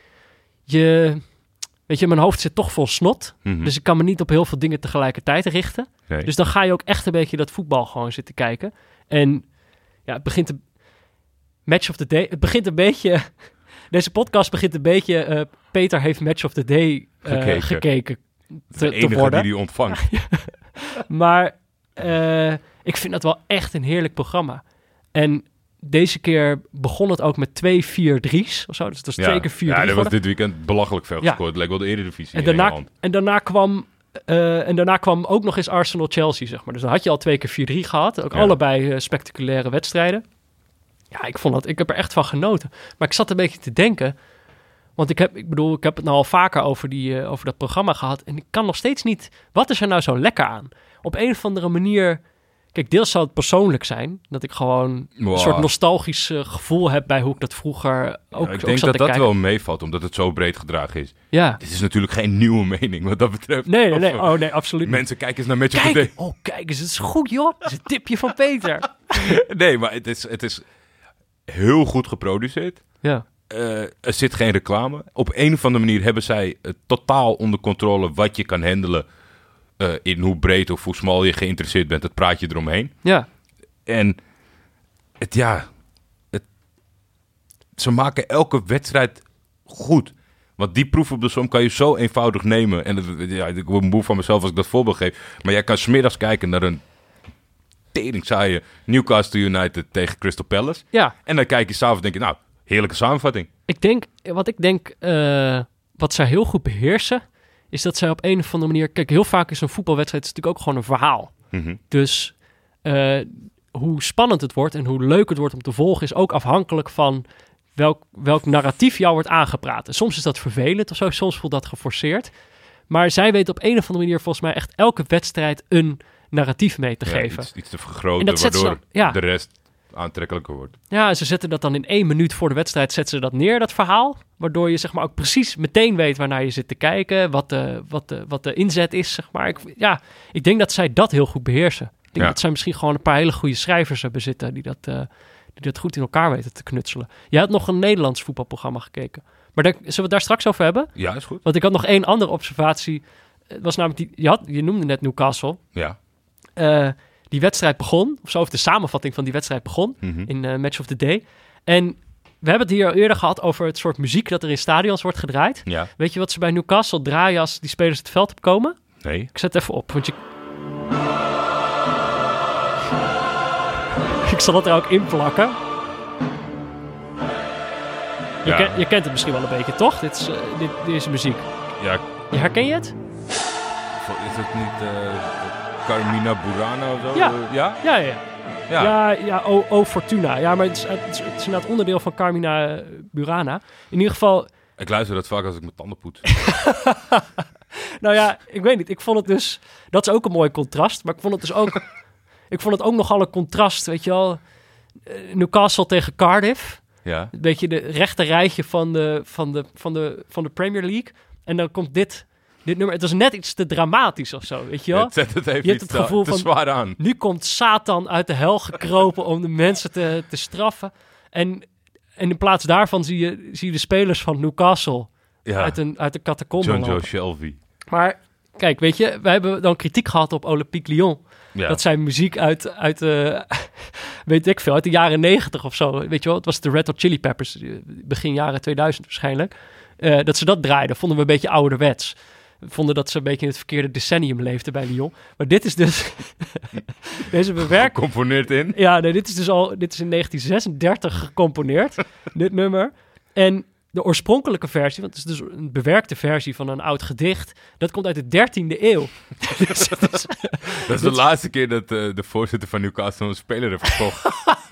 je, weet je, mijn hoofd zit toch vol snot. Mhm. Dus ik kan me niet op heel veel dingen tegelijkertijd richten. Nee. Dus dan ga je ook echt een beetje dat voetbal gewoon zitten kijken. En ja, het begint een match of the day. Het begint een beetje. Deze podcast begint een beetje. eh, Peter heeft match of the day eh, Gekeken. gekeken. de te, te enige worden. die die ontvangt. Maar eh, ik vind dat wel echt een heerlijk programma. En deze keer begon het ook met twee vier drie's of zo. Dus het was twee keer vier ja, drie dat was geworden. dit weekend belachelijk veel Ja. gescoord. Het leek wel de Eredivisie En in daarna, Engeland. en, daarna kwam, eh, en daarna kwam ook nog eens Arsenal-Chelsea, zeg maar. Dus dan had je al twee keer vier drie gehad. Ook Ja. allebei eh, spectaculaire wedstrijden. Ja, ik, vond dat, ik heb er echt van genoten. Maar ik zat een beetje te denken. Want ik heb, ik bedoel, ik heb het nou al vaker over, die, eh, over dat programma gehad. En ik kan nog steeds niet... Wat is er nou zo lekker aan? Op een of andere manier... Kijk, deels zou het persoonlijk zijn. Dat ik gewoon Wow. een soort nostalgisch eh, gevoel heb bij hoe ik dat vroeger ook, Ja, ook ik zat denk te dat dat kijken. wel meevalt, omdat het zo breed gedragen is. Ja. Dit is natuurlijk geen nieuwe mening wat dat betreft. Nee, nee, nee. Of, Oh, nee, absoluut niet. Mensen, kijk eens naar Match of the Kijk, Day. oh, kijk eens, het is goed, joh. Het is een tipje van Peter. Nee, maar het is, het is heel goed geproduceerd. Ja, Eh, er zit geen reclame. Op een of andere manier hebben zij het totaal onder controle wat je kan handelen. eh, in hoe breed of hoe smal je geïnteresseerd bent. Het praatje eromheen. ja, En het, ja, het, ze maken elke wedstrijd goed. Want die proef op de som kan je zo eenvoudig nemen. En het, ja, ik word moe van mezelf als ik dat voorbeeld geef. Maar jij kan 's middags kijken naar een tering Newcastle United tegen Crystal Palace. ja. En dan kijk je s'avonds en denk je, nou, heerlijke samenvatting. Ik denk, wat ik denk, eh, wat zij heel goed beheersen, is dat zij op een of andere manier... Kijk, heel vaak is een voetbalwedstrijd is natuurlijk ook gewoon een verhaal. Mhm. Dus eh, hoe spannend het wordt en hoe leuk het wordt om te volgen... is ook afhankelijk van welk, welk narratief jou wordt aangepraat. En soms is dat vervelend of zo, soms voelt dat geforceerd. Maar zij weten op een of andere manier volgens mij echt elke wedstrijd een narratief mee te Ja, geven. iets, iets te En vergroten, dat zetten ze waardoor dan- ja. de rest aantrekkelijker wordt. Ja, en ze zetten dat dan in één minuut voor de wedstrijd zetten ze dat neer, dat verhaal. Waardoor je zeg maar ook precies meteen weet waarnaar je zit te kijken, wat de, wat de, wat de inzet is, zeg maar. Ik, ja, ik denk dat zij dat heel goed beheersen. Ik denk Ja. dat zij misschien gewoon een paar hele goede schrijvers hebben zitten die dat, eh, die dat goed in elkaar weten te knutselen. Jij had nog een Nederlands voetbalprogramma gekeken. Maar daar, zullen we het daar straks over hebben? Ja, is goed. Want ik had nog één andere observatie. Het was namelijk die, je, had, je noemde net Newcastle. Ja. Eh, die wedstrijd begon, of zo, of de samenvatting van die wedstrijd begon Mhm. in eh, Match of the Day. En we hebben het hier al eerder gehad over het soort muziek dat er in stadions wordt gedraaid. Ja. Weet je wat ze bij Newcastle draaien als die spelers het veld op komen? Nee. Ik zet het even op, want je... Ik zal het er ook in plakken. Je, Ja. ken- je kent het misschien wel een beetje, toch? Dit is, eh, dit, deze muziek. Ja, Je herken je het? is het niet eh, Carmina Burana of zo? Ja. Eh, ja? Ja, ja, ja. Ja. Ja, ja, O, o Fortuna. Ja, maar het is, het is, het is inderdaad onderdeel van Carmina eh, Burana. In ieder geval, Ik luister dat vaak als ik mijn tanden poets. nou ja, ik weet niet. Ik vond het dus, dat is ook een mooi contrast. Maar ik vond het dus ook, ik vond het ook nogal een contrast, weet je wel. Eh, Newcastle tegen Cardiff. Ja. Een beetje de rechte rijtje van de, van de, van de, van de Premier League. En dan komt dit, dit nummer. Het was net iets te dramatisch of zo, weet je wel? Het zet het even Je hebt iets het gevoel te, van- te zwaar aan. Nu komt Satan uit de hel gekropen om de mensen te, te straffen. En, en in plaats daarvan zie je, zie je de spelers van Newcastle Ja, uit, een, uit de catacomben John lopen. Joe Shelby. Maar kijk, weet je, wij hebben dan kritiek gehad op Olympique Lyon. Ja. Dat zijn muziek uit, uit uh, weet ik veel, uit de jaren negentig of zo. Weet je wel, het was de Red Hot Chili Peppers, begin jaren tweeduizend waarschijnlijk. Uh, dat ze dat draaiden, vonden we een beetje ouderwets. We vonden dat ze een beetje in het verkeerde decennium leefden bij Lyon. Maar dit is dus... deze bewerking... Gecomponeerd in. Ja, nee, dit is dus al... Dit is in negentien zesendertig gecomponeerd, dit nummer. En de oorspronkelijke versie, want het is dus een bewerkte versie van een oud gedicht, dat komt uit de dertiende eeuw. Dus het is- Dat is de laatste keer dat uh, de voorzitter van Newcastle een speler heeft gekocht.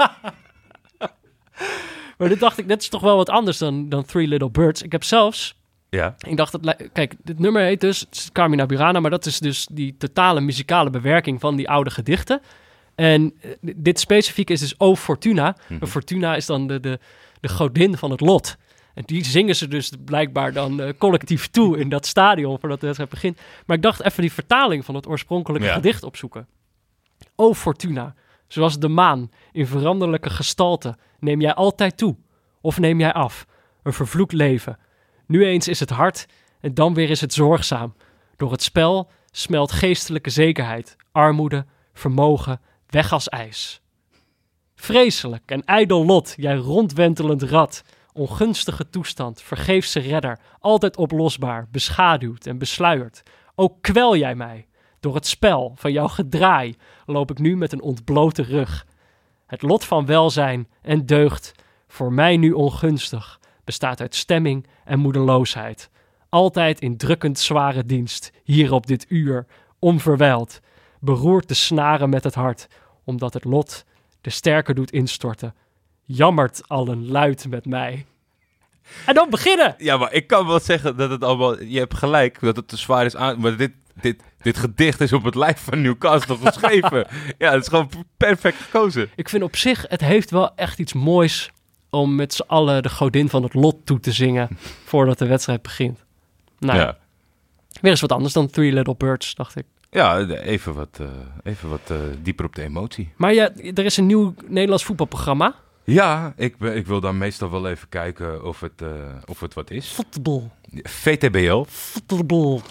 maar dit dacht ik, dit is toch wel wat anders dan, dan Three Little Birds. Ik heb zelfs... Ja. Ik dacht, dat, li- kijk, dit nummer heet dus het is Carmina Burana, maar dat is dus die totale muzikale bewerking van die oude gedichten. En eh, dit specifiek is dus O Fortuna. Mhm. En Fortuna is dan de, de, de godin van het lot. En die zingen ze dus blijkbaar dan eh, collectief toe in dat stadion voordat de wedstrijd begint. Maar ik dacht even die vertaling van het oorspronkelijke Ja. gedicht opzoeken. O Fortuna, zoals de maan in veranderlijke gestalte, neem jij altijd toe of neem jij af? Een vervloekt leven. Nu eens is het hard en dan weer is het zorgzaam. Door het spel smelt geestelijke zekerheid, armoede, vermogen, weg als ijs. Vreselijk en ijdel lot, jij rondwentelend rad. Ongunstige toestand, vergeefse redder, altijd oplosbaar, beschaduwd en besluierd. Ook kwel jij mij. Door het spel van jouw gedraai loop ik nu met een ontblote rug. Het lot van welzijn en deugd, voor mij nu ongunstig, bestaat uit stemming en moedeloosheid. Altijd in drukkend zware dienst, hier op dit uur, onverwijld. Beroert de snaren met het hart, omdat het lot de sterke doet instorten. Jammert allen luid met mij. En dan beginnen! Ja, maar ik kan wel zeggen dat het allemaal... Je hebt gelijk dat het te zwaar is aan... Maar dit, dit, dit gedicht is op het lijf van Newcastle geschreven. Ja, het is gewoon perfect gekozen. Ik vind op zich, het heeft wel echt iets moois om met z'n allen de godin van het lot toe te zingen voordat de wedstrijd begint. Nou, ja. Ja. Weer eens wat anders dan Three Little Birds, dacht ik. Ja, even wat, uh, even wat uh, dieper op de emotie. Maar ja, er is een nieuw Nederlands voetbalprogramma. Ja, ik, ben- ik wil dan meestal wel even kijken of het, uh, of het wat is. Voetbal. V T B L. Voetbal.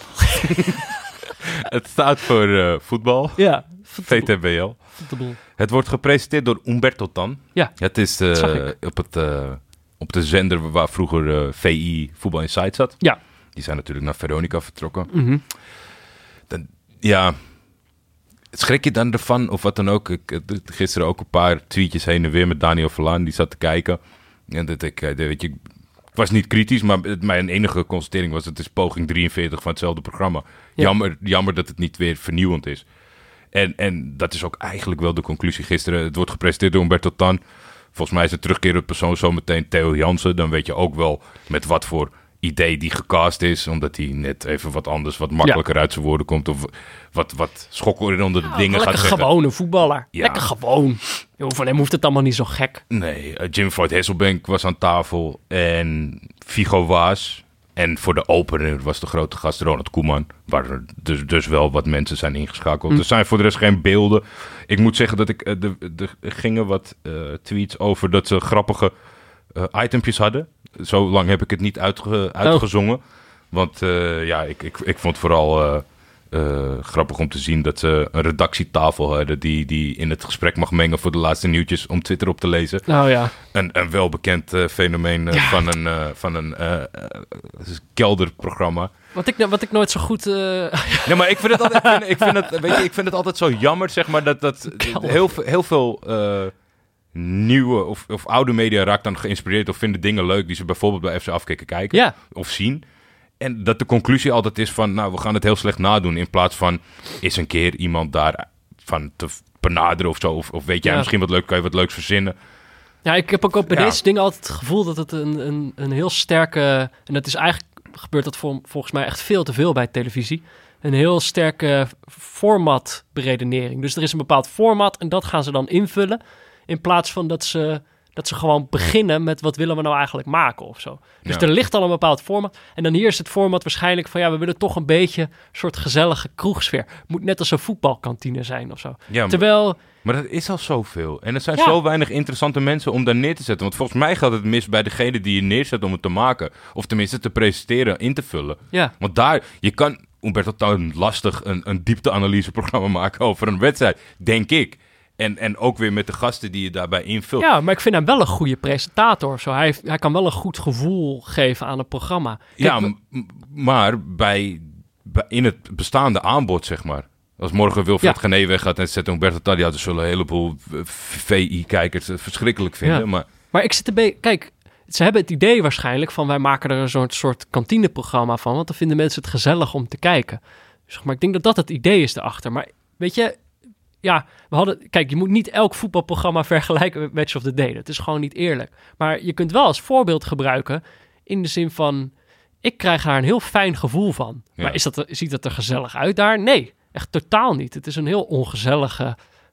Het staat voor uh, voetbal. Ja, V T B L. voetbal. Het wordt gepresenteerd door Umberto Tan. Ja, Het is uh, dat zag ik. op, het, uh, op de zender waar vroeger uh, V I Voetbal Insight zat. Ja. Die zijn natuurlijk naar Veronica vertrokken. Mhm. Dan, ja, schrik je dan ervan of wat dan ook? Ik, uh, gisteren ook een paar tweetjes heen en weer met Daniel Verlaan. Die zat te kijken. En dat ik, uh, weet je, ik was niet kritisch, maar het, mijn enige constatering was... het is poging drieënveertig van hetzelfde programma. Ja. Jammer, jammer dat het niet weer vernieuwend is. En, en dat is ook eigenlijk wel de conclusie gisteren. Het wordt gepresenteerd door Umberto Tan. Volgens mij is het terugkerende persoon zometeen Theo Jansen. Dan weet je ook wel met wat voor idee die gecast is. Omdat hij net even wat anders, wat makkelijker uit zijn woorden komt. Of wat, wat schokkerende Ja, dingen gaat lekker zeggen. gewone voetballer. Ja. Lekker gewoon. Jo, van hem hoeft het allemaal niet zo gek. Nee, uh, Jim Floyd Hasselbank was aan tafel. En Figo Waas. En voor de opener was de grote gast Ronald Koeman. Waar er dus, dus wel wat mensen zijn ingeschakeld. Hm. Er zijn voor de rest geen beelden. Ik moet zeggen dat ik... Uh, de, de, er gingen wat uh, tweets over dat ze grappige uh, itempjes hadden. Zo lang heb ik het niet uitge, uitgezongen. Want uh, ja, ik, ik, ik vond vooral... Uh, Uh, grappig om te zien dat ze een redactietafel hadden die, die in het gesprek mag mengen voor de laatste nieuwtjes om Twitter op te lezen. Nou ja. Een, een welbekend uh, fenomeen uh, Ja. van een, uh, van een uh, uh, kelderprogramma. Wat ik, wat ik nooit zo goed... Uh... Nee, maar ik vind het altijd, ik vind, ik vind het, weet je, ik vind het altijd zo jammer, zeg maar, dat, dat Kelder. heel, veel- heel veel uh, nieuwe of, of oude media raakt dan geïnspireerd of vinden dingen leuk die ze bijvoorbeeld bij F C Afkikken kijken Ja. of zien. En dat de conclusie altijd is van, nou, we gaan het heel slecht nadoen. In plaats van, is een keer iemand daar van te benaderen of zo. Of, of weet jij Ja. misschien wat leuk, kan je wat leuks verzinnen. Ja, ik heb ook op bij Ja. deze dingen altijd het gevoel dat het een, een, een heel sterke... En dat is eigenlijk, gebeurt dat vol, volgens mij echt veel te veel bij televisie. Een heel sterke formatberedenering. Dus er is een bepaald format en dat gaan ze dan invullen. In plaats van dat ze, dat ze gewoon beginnen met wat willen we nou eigenlijk maken of zo. Dus Ja. er ligt al een bepaald format. En dan hier is het format waarschijnlijk van ja, we willen toch een beetje een soort gezellige kroegsfeer. Moet net als een voetbalkantine zijn of zo. Ja, maar, Terwijl, maar dat is al zoveel. En er zijn Ja. zo weinig interessante mensen om daar neer te zetten. Want volgens mij gaat het mis bij degene die je neerzet om het te maken. Of tenminste te presenteren, in te vullen. ja, Want daar, je kan Umberto Tan lastig een, een diepteanalyseprogramma maken over een wedstrijd, denk ik. En, en ook weer met de gasten die je daarbij invult. ja, maar ik vind hem wel een goede presentator of zo. Hij, heeft, hij kan wel een goed gevoel geven aan het programma. Kijk, ja, we- m- maar bij, bij, in het bestaande aanbod, zeg maar. Als morgen Wilfred Ja. Genee weggaat en zet Umberto Tan, ja, er zullen een heleboel V I-kijkers het verschrikkelijk vinden. Ja. Maar Maar ik zit een beetje... Kijk, ze hebben het idee waarschijnlijk van... wij maken er een soort, soort kantineprogramma van... want dan vinden mensen het gezellig om te kijken. Dus, maar ik denk dat dat het idee is erachter. Maar weet je... Ja, we hadden... Kijk, je moet niet elk voetbalprogramma vergelijken met Match of the Day. Dat is gewoon niet eerlijk. Maar je kunt wel als voorbeeld gebruiken... in de zin van... ik krijg daar een heel fijn gevoel van. Ja. Maar is dat, ziet dat er gezellig uit daar? Nee, echt totaal niet. Het is een heel ongezellige...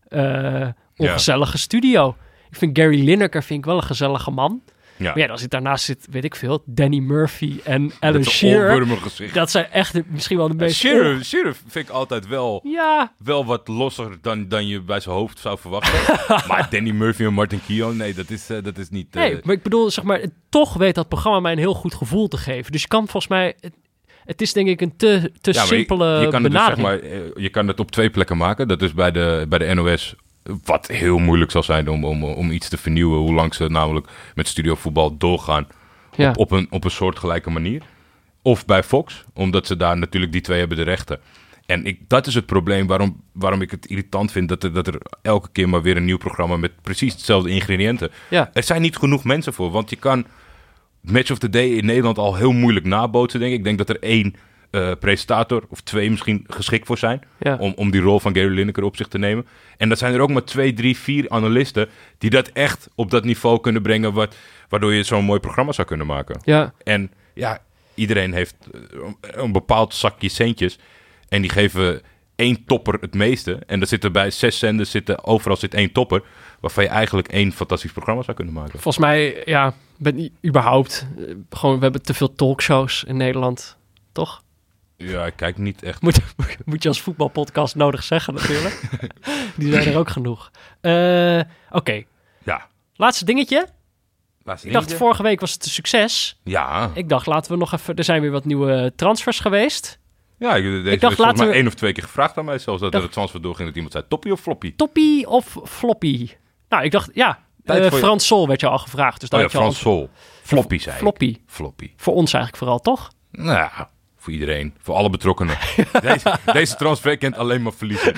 eh, ongezellige studio. Ik vind Gary Lineker vind ik wel een gezellige man. ja, Maar ja, dan zit daarnaast zit, weet ik veel, Danny Murphy en Alan dat is een Shearer. onwurmig gezicht. Dat zijn echt de- misschien wel de meest... Shearer, Shearer vind ik altijd wel, Ja, wel wat losser dan, dan je bij zijn hoofd zou verwachten. Maar Danny Murphy en Martin Keown, nee, dat is, uh, dat is niet... Uh, nee, maar ik bedoel, zeg maar, toch weet dat programma mij een heel goed gevoel te geven. Dus je kan volgens mij... Het, het is denk ik een te, te ja, maar je- simpele je, kan het dus, zeg benadering. maar, uh, je kan het op twee plekken maken. Dat is bij de, bij de N O S, wat heel moeilijk zal zijn om, om, om iets te vernieuwen. Hoe lang ze namelijk met studiovoetbal doorgaan Ja. op, op, een, op een soortgelijke manier. Of bij Fox, omdat ze daar natuurlijk die twee hebben de rechten. En ik, dat is het probleem waarom, waarom ik het irritant vind dat er, dat er elke keer maar weer een nieuw programma met precies hetzelfde ingrediënten. Ja. Er zijn niet genoeg mensen voor, want je kan Match of the Day in Nederland al heel moeilijk nabootsen, denk ik. Ik denk dat er één uh, presentator of twee misschien geschikt voor zijn Ja. om, om die rol van Gary Lineker op zich te nemen. En dat zijn er ook maar twee, drie, vier analisten die dat echt op dat niveau kunnen brengen, wat, waardoor je zo'n mooi programma zou kunnen maken. Ja, En ja, iedereen heeft uh, een bepaald zakje centjes en die geven één topper het meeste. En er zitten bij zes zenders, zitten, overal zit één topper, waarvan je eigenlijk één fantastisch programma zou kunnen maken. volgens mij, ja, ben i- überhaupt... eh, gewoon, we hebben te veel talkshows in Nederland, toch? Ja, ik kijk niet echt. Moet, moet je als voetbalpodcast nodig zeggen natuurlijk. Die zijn er ook genoeg. Eh, Oké, Ja. laatste dingetje. Laatste Ik dacht, dingetje. vorige week was het een succes. Ja. Ik dacht, laten we nog even... Er zijn weer wat nieuwe transfers geweest. Ja, ik, deze dacht, is volgens laten mij we- één of twee keer gevraagd aan mij zelfs dat Dacht- er het transfer doorging dat iemand zei toppie of floppy. Toppie of floppy? Nou, ik dacht, ja. Tijd eh, voor je- Frans Sol werd je al gevraagd. Dus Oh dan ja, had je al Frans Sol. Floppy zei ik. Floppy. Floppy. Voor ons eigenlijk vooral, toch? Nou ja, voor iedereen. Voor alle betrokkenen. deze, deze transfer kent alleen maar verliezen.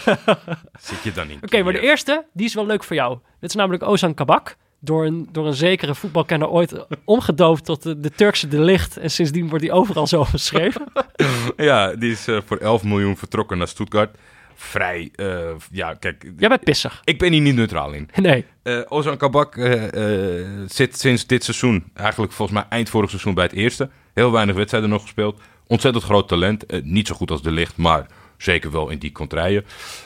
Zit je dan niet? Oké, maar de eerste, die is wel leuk voor jou. Dit is namelijk Ozan Kabak. Door een, door een zekere voetbalkenner ooit omgedoopt tot de, de Turkse de Ligt. En sindsdien wordt hij overal zo beschreven. Ja, die is uh, voor elf miljoen vertrokken naar Stuttgart. Vrij, uh, ja, kijk. Jij bent pissig. Ik ben hier niet neutraal in. Nee. Uh, Ozan Kabak uh, uh, zit sinds dit seizoen, eigenlijk volgens mij eind vorig seizoen bij het eerste. Heel weinig wedstrijden nog gespeeld. Ontzettend groot talent. Uh, niet zo goed als de Ligt, maar zeker wel in die contraien.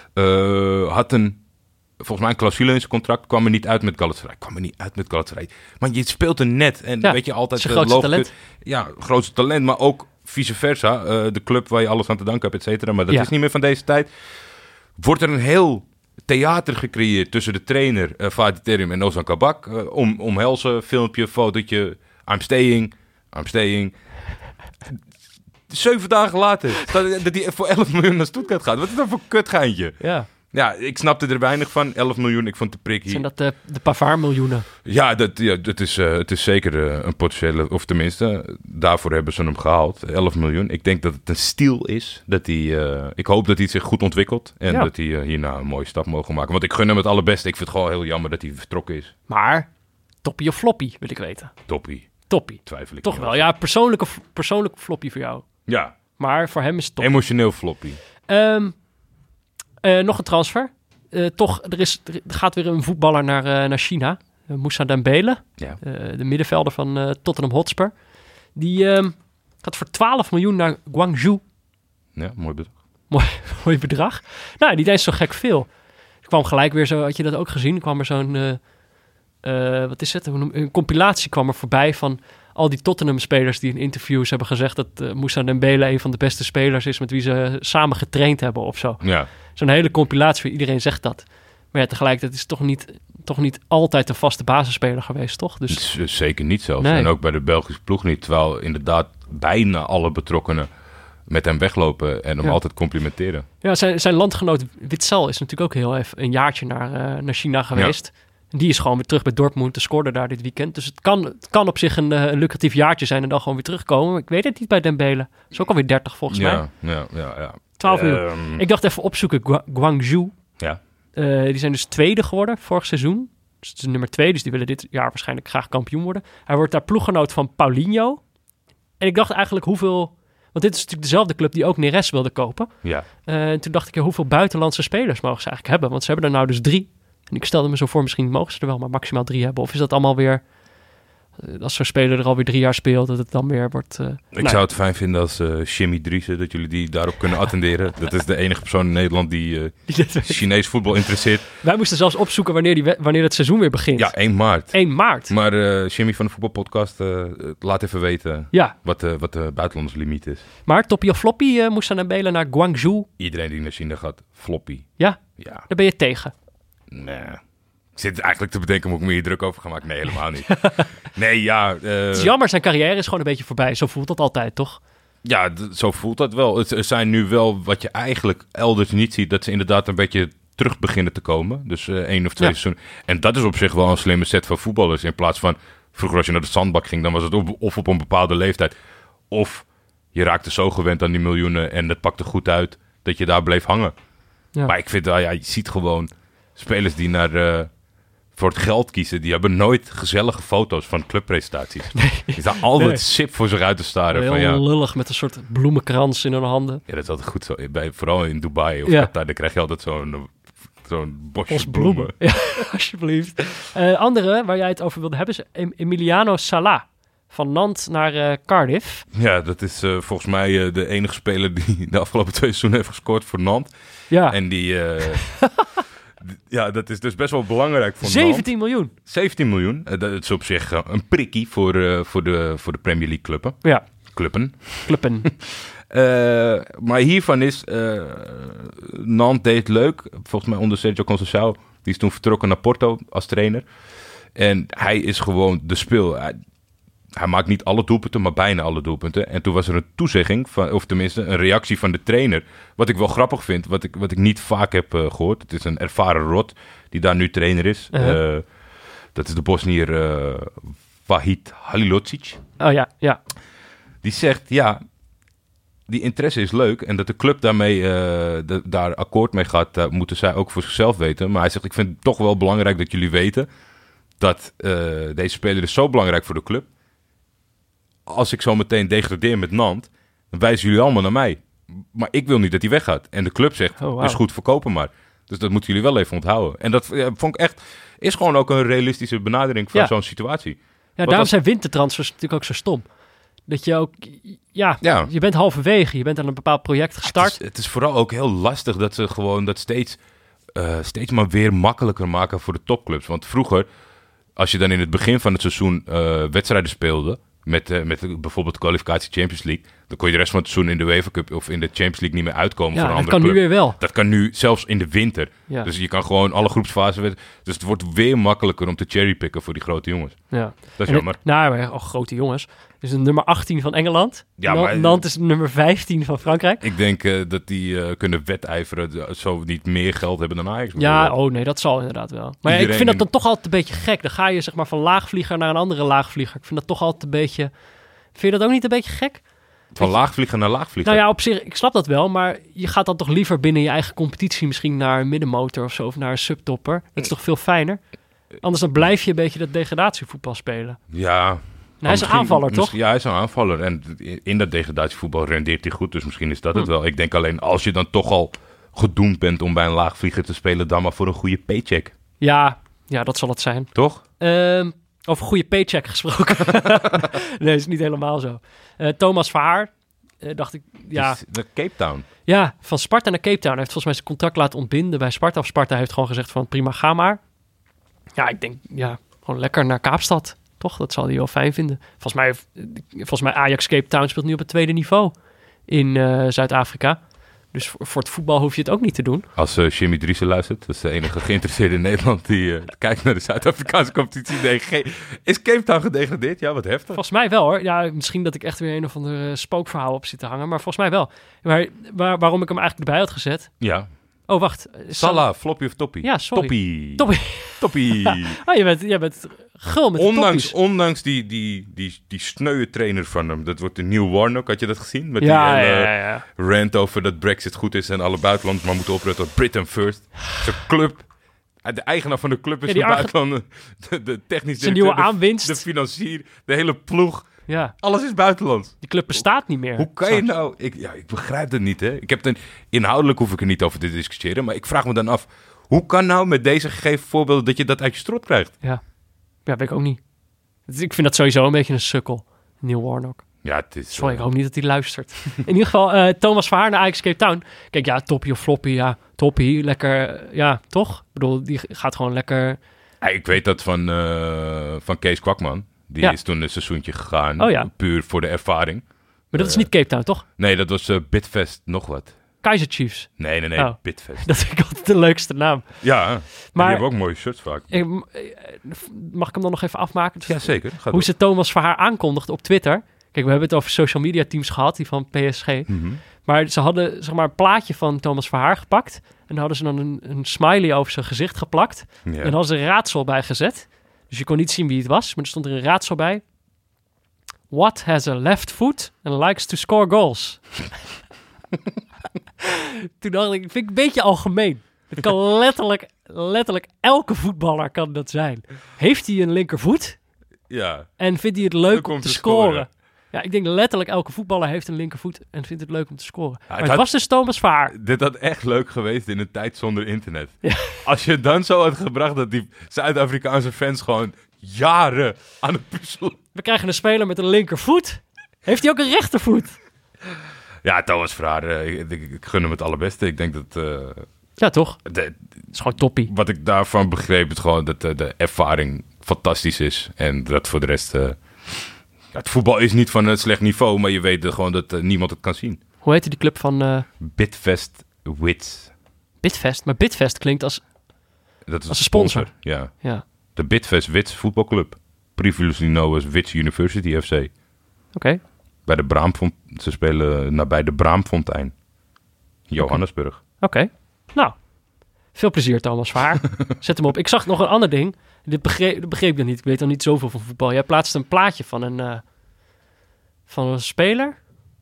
Uh, had een, volgens mij een clausule in zijn contract. Kwam er niet uit met Galatasaray. Kwam er niet uit met Galatasaray. Maar je speelt er net. En Ja, weet je altijd... zijn grootste loopt- talent. Ja, grootste talent, maar ook vice versa. Uh, de club waar je alles aan te danken hebt, et cetera. Maar dat Ja. is niet meer van deze tijd. Wordt er een heel theater gecreëerd tussen de trainer uh, Fatih Terim en Ozan Kabak. Uh, om, omhelzen, filmpje, fotootje. I'm staying, I'm staying. Zeven dagen later staat dat hij voor elf miljoen naar Stuttgart gaat. Wat is dat voor kutgeintje? Ja. Ja, ik snapte er weinig van. elf miljoen, ik vond de prik hier. Zijn dat de, de Pavard-miljoenen? Ja, dat, ja dat is, uh, het is zeker uh, een potentiële... Of tenminste, uh, daarvoor hebben ze hem gehaald. elf miljoen. Ik denk dat het een stiel is. Dat hij, uh, ik hoop dat hij zich goed ontwikkelt. En Ja. dat hij uh, hierna een mooie stap mogen maken. Want ik gun hem het allerbeste. Ik vind het gewoon heel jammer dat hij vertrokken is. Maar toppie of floppy, wil ik weten. Toppie. Toppie. Twijfel ik Toch niet wel. over. Ja, persoonlijke, persoonlijke floppy voor jou. Ja, Maar voor hem is het top. emotioneel floppy. Ehm, eh, nog een transfer. Eh, toch, er, is, er gaat weer een voetballer naar, eh, naar China. Uh, Moussa Dembele, Ja. uh, de middenvelder van uh, Tottenham Hotspur. Die ehm, gaat voor twaalf miljoen naar Guangzhou. Ja, mooi bedrag. Mooi, mooi bedrag. Nou, niet eens zo gek veel. Er kwam gelijk weer zo, had je dat ook gezien? Er kwam er zo'n uh, uh, wat is het? Een compilatie kwam er voorbij van al die Tottenham-spelers die in interviews hebben gezegd dat uh, Moussa Dembele een van de beste spelers is met wie ze samen getraind hebben of zo. Ja. Zo'n hele compilatie, iedereen zegt dat. Maar ja, tegelijkertijd is het toch niet, toch niet altijd een vaste basisspeler geweest, toch? Dus... Z- zeker niet zelfs. Nee. En ook bij de Belgische ploeg niet. Terwijl inderdaad bijna alle betrokkenen met hem weglopen en hem Ja. altijd complimenteren. Ja, zijn, zijn landgenoot Witsel is natuurlijk ook heel even een jaartje naar, uh, naar China geweest. En die is gewoon weer terug bij Dortmund, te scoorde daar dit weekend. Dus het kan, het kan op zich een, uh, een lucratief jaartje zijn en dan gewoon weer terugkomen. Maar ik weet het niet bij Dembele. Dat is ook alweer dertig volgens mij. Ja, ja, ja. ja. twaalf miljoen. Ehm, Ik dacht even opzoeken, Gua- Guangzhou. Ja. Uh, die zijn dus tweede geworden vorig seizoen. Dus het is nummer twee, dus die willen dit jaar waarschijnlijk graag kampioen worden. Hij wordt daar ploeggenoot van Paulinho. En ik dacht eigenlijk hoeveel... Want dit is natuurlijk dezelfde club die ook Neres wilde kopen. Ja. Uh, en toen dacht ik, ja, hoeveel buitenlandse spelers mogen ze eigenlijk hebben? Want ze hebben er nou dus drie. En ik stelde me zo voor, misschien mogen ze er wel maar maximaal drie hebben. Of is dat allemaal weer... Uh, als zo'n speler er alweer drie jaar speelt, dat het dan weer wordt... Uh, Ik nou, zou het fijn vinden als uh, Jimmy Driessen, dat jullie die daarop kunnen attenderen. Dat is de enige persoon in Nederland die uh, die dit weet. Chinees voetbal interesseert. Wij moesten zelfs opzoeken wanneer, die we- wanneer het seizoen weer begint. Ja, één maart. één maart. Maar uh, Jimmy van de voetbalpodcast, uh, laat even weten Ja, wat de, wat de buitenlandslimiet is. maar toppie of floppy uh, moest aan Dembele naar Guangzhou. Iedereen die naar China gaat, floppy. Ja, Ja, daar ben je tegen. nee. Ik zit eigenlijk te bedenken, moet ik me hier druk over gaan maken? Nee, helemaal niet. Nee, ja. Uh, Het is jammer, zijn carrière is gewoon een beetje voorbij. Zo voelt dat altijd, toch? Ja, d- zo voelt dat wel. Het er zijn nu wel, wat je eigenlijk elders niet ziet, dat ze inderdaad een beetje terug beginnen te komen. Dus uh, één of twee Ja. seizoenen. En dat is op zich wel een slimme set van voetballers. In plaats van, vroeger als je naar de zandbak ging, dan was het op, of op een bepaalde leeftijd. Of je raakte zo gewend aan die miljoenen en het pakte goed uit dat je daar bleef hangen. Ja. Maar ik vind, uh, ja, je ziet gewoon spelers die naar... Uh, voor het geld kiezen, die hebben nooit gezellige foto's van clubpresentaties. Nee. Die staan altijd Nee. sip voor zich uit te staren. Heel Van, ja, lullig met een soort bloemenkrans in hun handen. ja, dat is altijd goed zo. Bij, vooral in Dubai of Ja. Qatar, dan krijg je altijd zo'n, zo'n bosje Bos bloemen. bloemen. Ja, alsjeblieft. Uh, andere waar jij het over wilde hebben is Em- Emiliano Sala. Van Nantes naar uh, Cardiff. Ja, dat is uh, volgens mij uh, de enige speler die de afgelopen twee seizoenen heeft gescoord voor Nantes. Ja, En die... Uh, ja, dat is dus best wel belangrijk voor zeventien miljoen. Nantes. zeventien miljoen. Uh, dat is op zich uh, een prikkie voor, uh, voor, de, voor de Premier League clubben. Ja, Clubben. clubben. Uh, maar hiervan is... Uh, Nantes deed het leuk. Volgens mij onder Sergio Conceição. Die is toen vertrokken naar Porto als trainer. En hij is gewoon de speel. Hij, hij maakt niet alle doelpunten, maar bijna alle doelpunten. En toen was er een toezegging, van, of tenminste een reactie van de trainer. Wat ik wel grappig vind, wat ik, wat ik niet vaak heb uh, gehoord. Het is een ervaren rot die daar nu trainer is. Uh-huh. Uh, dat is de Bosnier uh, Vahid Halilocic. Oh ja, ja. Die zegt, ja, die interesse is leuk. En dat de club daarmee uh, de, daar akkoord mee gaat, uh, moeten zij ook voor zichzelf weten. Maar hij zegt, ik vind het toch wel belangrijk dat jullie weten dat uh, deze speler is zo belangrijk voor de club. Als ik zo meteen degradeer met Nantes, dan wijzen jullie allemaal naar mij. Maar ik wil niet dat hij weggaat. En de club zegt, Oh, wow. is goed, verkopen maar. Dus dat moeten jullie wel even onthouden. En dat ja, vond ik echt, is gewoon ook een realistische benadering van Ja. zo'n situatie. Ja, Wat daarom dat- zijn wintertransfers natuurlijk ook zo stom. Dat je ook... Ja, Ja. je bent halverwege. Je bent aan een bepaald project gestart. Het is, het is vooral ook heel lastig dat ze gewoon dat steeds, uh, steeds maar weer makkelijker maken voor de topclubs. Want vroeger, als je dan in het begin van het seizoen uh, wedstrijden speelde, met, uh, met bijvoorbeeld de kwalificatie Champions League, dan kon je de rest van het seizoen in de UEFA Cup of in de Champions League niet meer uitkomen voor Ja, een dat andere kan nu club. weer wel. Dat kan nu zelfs in de winter. Ja. Dus je kan gewoon alle groepsfasen... wed- Dus het wordt weer makkelijker om te cherrypicken voor die grote jongens. Ja. Dat is En jammer. het- nou, maar, oh, grote jongens. Dus de nummer achttien van Engeland. Ja, Nan- maar- Nantes is de nummer vijftien van Frankrijk. Ik denk uh, dat die uh, kunnen wedijveren, zo niet meer geld hebben dan Ajax. Ja, bijvoorbeeld. oh nee, dat zal inderdaad wel. Maar ja, ik Iedereen vind dat in- dan toch altijd een beetje gek. Dan ga je zeg maar van laagvlieger naar een andere laagvlieger. Ik vind dat toch altijd een beetje... Vind je dat ook niet een beetje gek? Van laagvlieger naar laagvlieger. Nou ja, op zich, ik snap dat wel. Maar je gaat dan toch liever binnen je eigen competitie misschien naar een middenmotor of zo. Of naar een subtopper. Dat is toch veel fijner? Anders dan blijf je een beetje dat degradatievoetbal spelen. Ja. Nou, hij is een misschien- aanvaller, toch? misschien- Ja, hij is een aanvaller. En in dat degradatievoetbal rendeert hij goed. Dus misschien is dat het Hm. wel. Ik denk alleen, als je dan toch al gedoemd bent om bij een laagvlieger te spelen, dan maar voor een goede paycheck. Ja, ja, dat zal het zijn. Toch? Ehm, over goede paycheck gesproken. Nee, is niet helemaal zo. Eh, Thomas Verhaar, eh, dacht ik, ja, Dus de Cape Town. ja, van Sparta naar Cape Town. Hij heeft volgens mij zijn contract laten ontbinden bij Sparta. Of Sparta heeft gewoon gezegd van prima, ga maar. Ja, ik denk, ja, Gewoon lekker naar Kaapstad, toch? Dat zal hij wel fijn vinden. Volgens mij, volgens mij Ajax Cape Town speelt nu op het tweede niveau in uh, Zuid-Afrika. Dus voor, voor het voetbal hoef je het ook niet te doen. Als uh, Jimmy Driessen luistert, dat is de enige geïnteresseerde in Nederland die uh, kijkt naar de Zuid-Afrikaanse competitie. Nee, ge- is Cape Town gedegradeerd? Ja, wat heftig. Volgens mij wel hoor. Ja, misschien dat ik echt weer een of ander spookverhaal op zit te hangen, maar volgens mij wel. Maar waar, waarom ik hem eigenlijk erbij had gezet... Ja. Oh, wacht. Salah, floppy of toppie? Ja, sorry. Toppie. Toppie. Toppie. Oh, je bent, je bent gul met ondanks, de ondanks die, die, die, die sneuwe trainer van hem. Dat wordt de Neil Warnock, had je dat gezien? Met ja, die hele ja, ja, ja. rant over dat Brexit goed is en alle buitenlanders maar moeten oprutten tot Britain first. Zijn club, de eigenaar van de club is Ja, die van Arge- buitenlanden. De, de technisch Zijn directeur, nieuwe de- aanwinst. De financier, de hele ploeg. Ja, Alles is buitenland. die club bestaat niet meer. Hoe kan je straks. nou... Ik, ja, ik begrijp het niet, hè. Ik heb het, inhoudelijk hoef ik er niet over te discussiëren, maar ik vraag me dan af, hoe kan nou met deze gegeven voorbeelden dat je dat uit je strot krijgt? Ja. ja, weet ik ook niet. Ik vind dat sowieso een beetje een sukkel. Neil Warnock. Ja, het is... Sorry, uh, ik hoop niet dat hij luistert. In ieder geval, uh, Thomas Verhaar naar Ajax Cape Town. Kijk, ja, toppie of floppy, ja, toppie. Lekker, uh, ja, toch? Ik bedoel, die gaat gewoon lekker... Ja, ik weet dat van, uh, van Kees Kwakman. Die Ja. is toen een seizoentje gegaan. Oh ja. Puur voor de ervaring. Maar dat is Uh, niet Cape Town, toch? Nee, dat was uh, Bitfest nog wat. Kaizer Chiefs. Nee, nee, nee. Oh. Bitfest. Dat vind ik altijd de leukste naam. Ja, maar... Maar- die hebben ook mooie shirts vaak. Ik, mag ik hem dan nog even afmaken? Ja, zeker. Ga Hoe door. ze Thomas Verhaar aankondigde op Twitter. Kijk, we hebben het over social media teams gehad, die van P S G. Mhm. Maar ze hadden zeg maar een plaatje van Thomas Verhaar gepakt. En dan hadden ze dan een, een smiley over zijn gezicht geplakt. Ja. En dan hadden ze een raadsel bij gezet. Dus je kon niet zien wie het was. Maar er stond er een raadsel bij. What has a left foot and likes to score goals? Toen dacht ik, vind ik een beetje algemeen. Het kan letterlijk, letterlijk elke voetballer kan dat zijn. Heeft hij een linkervoet Ja. en vindt hij het leuk Leuk om om te te scoren? scoren. Ja, ik denk letterlijk elke voetballer heeft een linkervoet en vindt het leuk om te scoren. maar het had- was dus Thomas Verhaar. Dit had echt leuk geweest in een tijd zonder internet. Als je het dan zo had gebracht dat die Zuid-Afrikaanse fans gewoon jaren aan het puzzelen. We krijgen een speler met een linkervoet. Heeft hij ook een rechtervoet? Ja, Thomas Verhaar, uh, ik, ik, ik gun hem het allerbeste. Ik denk dat... Uh, Ja, toch? de, Het is gewoon toppie. wat ik daarvan begreep is gewoon dat uh, de ervaring fantastisch is. En dat voor de rest... Uh, ja, het voetbal is niet van een slecht niveau, maar je weet uh, gewoon dat uh, niemand het kan zien. Hoe heette die club van uh, Bitfest Wits. Bitfest? Maar Bitfest klinkt als... Dat is Als een sponsor. Ja. Ja, De Bitfest Wits voetbalclub. Previously known as Wits University F C. oké. Bij de Braamfont... Ze spelen nabij de Braamfontein. Johannesburg. Oké. Nou, veel plezier Thomas Verhaar. Zet hem op. Ik zag nog een ander ding. Dit begreep, dat begreep ik nog niet. Ik weet dan niet zoveel van voetbal. Jij plaatste een plaatje van een, uh, van een speler.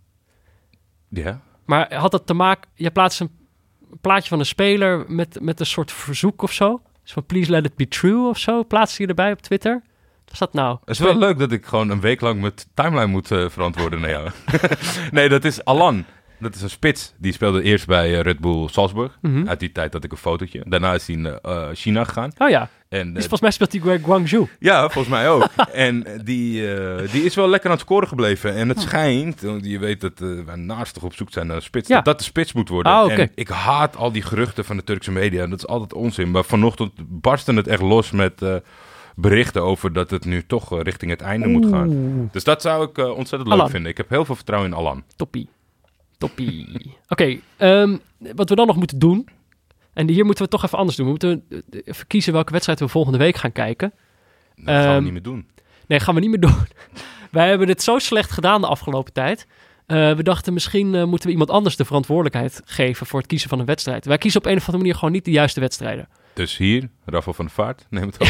Ja. Maar had dat te maken... Jij plaatste een plaatje van een speler met, met een soort verzoek of zo. Dus van please let it be true of zo. Plaatste je erbij op Twitter. Wat was dat nou? Het is wel leuk dat ik gewoon een week lang mijn timeline moet uh, verantwoorden naar jou. Nee, dat is Alan. Dat is een spits. Die speelde eerst bij uh, Red Bull Salzburg. Mhm. Uit die tijd had ik een fotootje. Daarna is hij naar uh, China gegaan. Oh ja. En, Dus uh, volgens mij speelt hij bij Guangzhou. ja, volgens mij ook. En die, uh, die is wel lekker aan het scoren gebleven. En het schijnt, want je weet dat uh, wij naastig op zoek zijn naar een spits, Ja. dat dat de spits moet worden. Ah, oké. En ik haat al die geruchten van de Turkse media. Dat is altijd onzin. Maar vanochtend barstte het echt los met uh, berichten over dat het nu toch uh, richting het einde moet gaan. Dus dat zou ik uh, ontzettend leuk Alan. vinden. Ik heb heel veel vertrouwen in Alan. Toppie. Toppie. Oké, ehm, wat we dan nog moeten doen... En hier moeten we het toch even anders doen. We moeten uh, even kiezen welke wedstrijd we volgende week gaan kijken. Dat gaan we Ehm, niet meer doen. Nee, gaan we niet meer doen. Wij hebben dit zo slecht gedaan de afgelopen tijd. Uh, we dachten misschien uh, moeten we iemand anders de verantwoordelijkheid geven voor het kiezen van een wedstrijd. Wij kiezen op een of andere manier gewoon niet de juiste wedstrijden. Dus hier, Rafael van der Vaart, neem het op.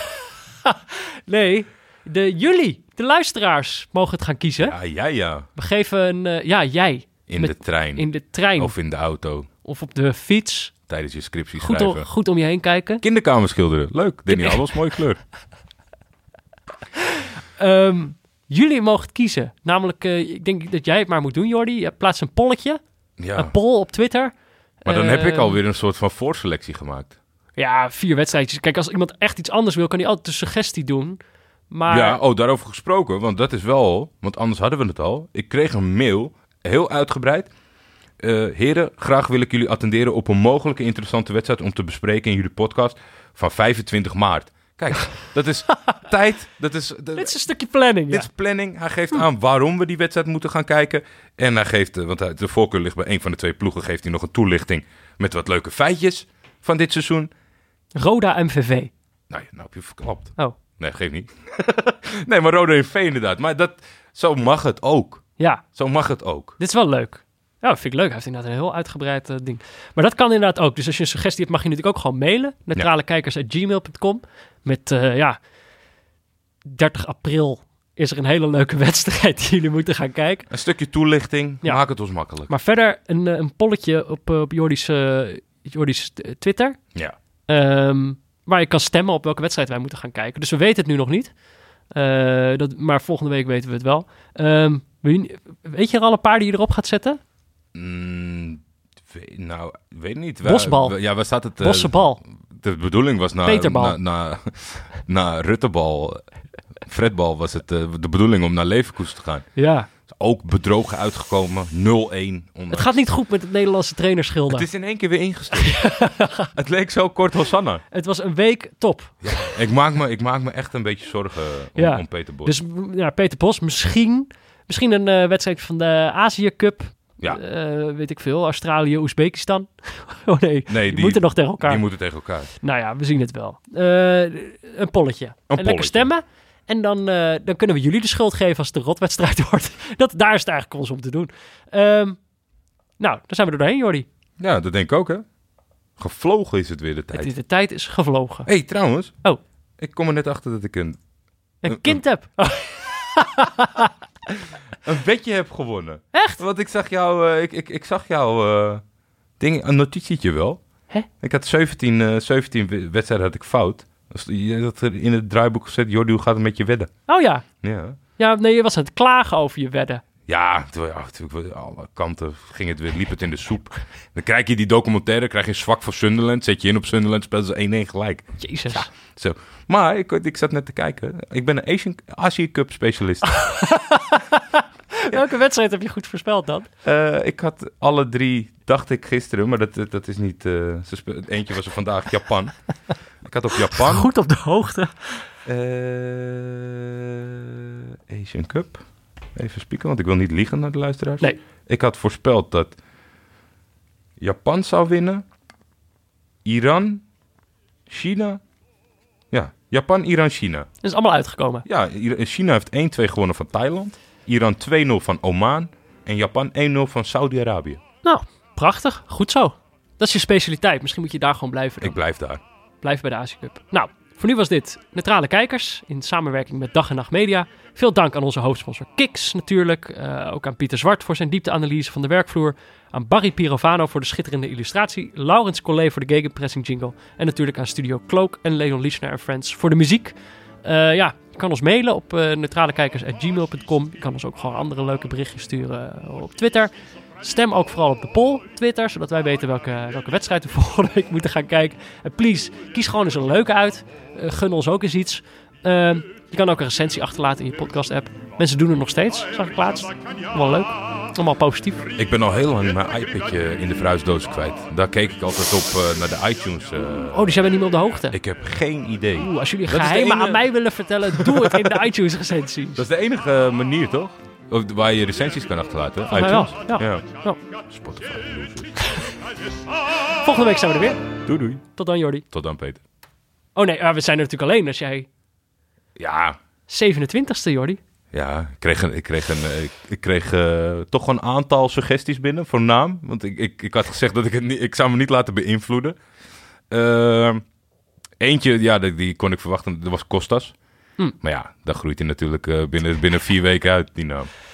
Nee, de, jullie, de luisteraars, mogen het gaan kiezen. Ja, ja, ja. We geven een... Uh, ja, jij. In Met- de trein. In de trein Of of, in de auto. op de fiets. Tijdens je scriptie Goed schrijven. om, goed om je heen kijken. Kinderkamer schilderen. Leuk. Danny Allos, mooie kleur. Um, jullie mogen het kiezen. Namelijk, uh, ik denk dat jij het maar moet doen, Jordi. Je plaatst een polletje. Ja. Een poll op Twitter. Maar dan heb ik Ehm, alweer een soort van voorselectie gemaakt. Ja, vier wedstrijdjes. Kijk, als iemand echt iets anders wil, kan hij altijd een suggestie doen. Maar Ja, oh, daarover gesproken, want dat is wel, want anders hadden we het al. Ik kreeg een mail, heel uitgebreid. Uh, heren, graag wil ik jullie attenderen op een mogelijke interessante wedstrijd om te bespreken in jullie podcast van vijfentwintig maart. Kijk, dat is tijd. Dat is, dat, Dit is een stukje planning, ja. Dit is planning. Hij geeft aan waarom we die wedstrijd moeten gaan kijken. En hij geeft, want hij, de voorkeur ligt bij een van de twee ploegen, geeft hij nog een toelichting met wat leuke feitjes van dit seizoen. Roda M V V. Nou, ja, nou heb je verklapt. Oh. Nee, geef niet. Nee, maar Roda M V V inderdaad. Maar dat, zo mag het ook. Ja. Zo mag het ook. Dit is wel leuk. Ja, dat vind ik leuk. Hij heeft inderdaad een heel uitgebreid uh, ding. Maar dat kan inderdaad ook. Dus als je een suggestie hebt, mag je natuurlijk ook gewoon mailen. neutralekijkers at gmail dot com. Met, uh, ja, dertig april is er een hele leuke wedstrijd die jullie moeten gaan kijken. Een stukje toelichting. Ja. Maak het ons makkelijk. Maar verder een, uh, een polletje op, uh, op Jordi's, uh, Jordi's Twitter. Ja. Um, waar je kan stemmen op welke wedstrijd wij moeten gaan kijken. Dus we weten het nu nog niet. Uh, dat, maar volgende week weten we het wel. Um, weet je er al een paar die je erop gaat zetten? Mm, weet, nou, weet niet. Bosbal. Waar, ja, waar staat het? Uh, Bossenbal. De bedoeling was na, Peterbal. na, na, na Ruttebal, Fredbal was het uh, de bedoeling om naar Leverkusen te gaan. Ja. Ook bedrogen uitgekomen, nul-een. Het gaat niet goed met het Nederlandse trainerschilder. Het is in één keer weer ingestort. Het leek zo kort Hosanna. Het was een week top. Ja, ik, maak me, ik maak me echt een beetje zorgen om, ja. om Peter Bos. Dus ja, Peter Bos, misschien, misschien een uh, wedstrijd van de Azië Cup. Ja. Uh, weet ik veel, Australië, Oezbekistan. Oh nee, nee die, die moeten nog tegen elkaar. Die moeten tegen elkaar. Nou ja, we zien het wel. Uh, een polletje. Een en polletje. Lekker stemmen. En dan, uh, dan kunnen we jullie de schuld geven als het een rotwedstrijd wordt. Dat, daar is het eigenlijk ons om te doen. Um, nou, dan zijn we er doorheen, Jordi. Ja, dat denk ik ook, hè. Gevlogen is het weer de tijd. De, de tijd is gevlogen. Hé, hey, trouwens. Oh. Ik kom er net achter dat ik een... Een, een kind een, heb. Oh. een wedje heb gewonnen. Echt? Want ik zag jou... Uh, ik, ik, ik zag jou... Uh, ding, een notitietje wel. Hè? Ik had zeventien, uh, zeventien wedstrijden had ik fout. Je had er in het draaiboek gezet, Jordi, hoe gaat het met je wedden? Oh ja. Ja. Ja, nee, je was aan het klagen over je wedden. Ja, natuurlijk, alle kanten ging het weer, liep het in de soep. Dan krijg je die documentaire, krijg je zwak voor Sunderland. Zet je in op Sunderland, spelen ze één-één gelijk. Jezus. Ja, zo. Maar ik, ik zat net te kijken. Ik ben een Asian, Azië Cup specialist. Welke wedstrijd heb je goed voorspeld dan? Uh, ik had alle drie, dacht ik gisteren, maar dat, dat is niet... Uh, ze speel, eentje was er vandaag, Japan. Ik had op Japan... Goed op de hoogte. Uh, Asian Cup. Even spieken, want ik wil niet liegen naar de luisteraars. Nee. Ik had voorspeld dat Japan zou winnen. Iran, China. Ja, Japan, Iran, China. Dat is allemaal uitgekomen. Ja, China heeft één-twee gewonnen van Thailand. Iran twee nul van Oman. En Japan één nul van Saudi-Arabië. Nou, prachtig. Goed zo. Dat is je specialiteit. Misschien moet je daar gewoon blijven dan. Ik blijf daar. Blijf bij de Azië Cup. Nou, voor nu was dit Neutrale Kijkers in samenwerking met Dag en Nacht Media. Veel dank aan onze hoofdsponsor Kiks natuurlijk. Uh, ook aan Pieter Zwart voor zijn diepteanalyse van de werkvloer. Aan Barry Pirovano voor de schitterende illustratie. Laurens Collet voor de gegenpressing jingle. En natuurlijk aan Studio Cloak en Leon Liesner en Friends voor de muziek. Uh, ja, je kan ons mailen op uh, neutralekijkers at gmail dot com. Je kan ons ook gewoon andere leuke berichtjes sturen uh, op Twitter. Stem ook vooral op de poll Twitter, zodat wij weten welke, welke wedstrijd we volgende week moeten gaan kijken. En please, kies gewoon eens een leuke uit. Uh, gun ons ook eens iets. Uh, je kan ook een recensie achterlaten in je podcast-app. Mensen doen het nog steeds, zag ik laatst. Allemaal leuk. Allemaal positief. Ik ben al heel lang mijn iPadje in de verhuisdoos kwijt. Daar keek ik altijd op uh, naar de iTunes. Uh... Oh, dus jij bent niet meer op de hoogte? Ik heb geen idee. Oeh, als jullie dat geheimen ene... aan mij willen vertellen, doe het in de iTunes-recensies. Dat is de enige manier, toch? Of, waar je recensies kan achterlaten. Volgens mij wel, ja. ja. ja. Spotify. Volgende week zijn we er weer. Doei doei. Tot dan, Jordi. Tot dan, Peter. Oh nee, we zijn er natuurlijk alleen als jij... Ja. zevenentwintigste, Jordi. Ja, ik kreeg, een, ik kreeg, een, ik, ik kreeg uh, toch een aantal suggesties binnen voor naam. Want ik, ik, ik had gezegd dat ik het niet... Ik zou me niet laten beïnvloeden. Uh, eentje, ja, die, die kon ik verwachten. Dat was Kostas. Hm. Maar ja, daar groeit hij natuurlijk uh, binnen, binnen vier weken uit, die naam.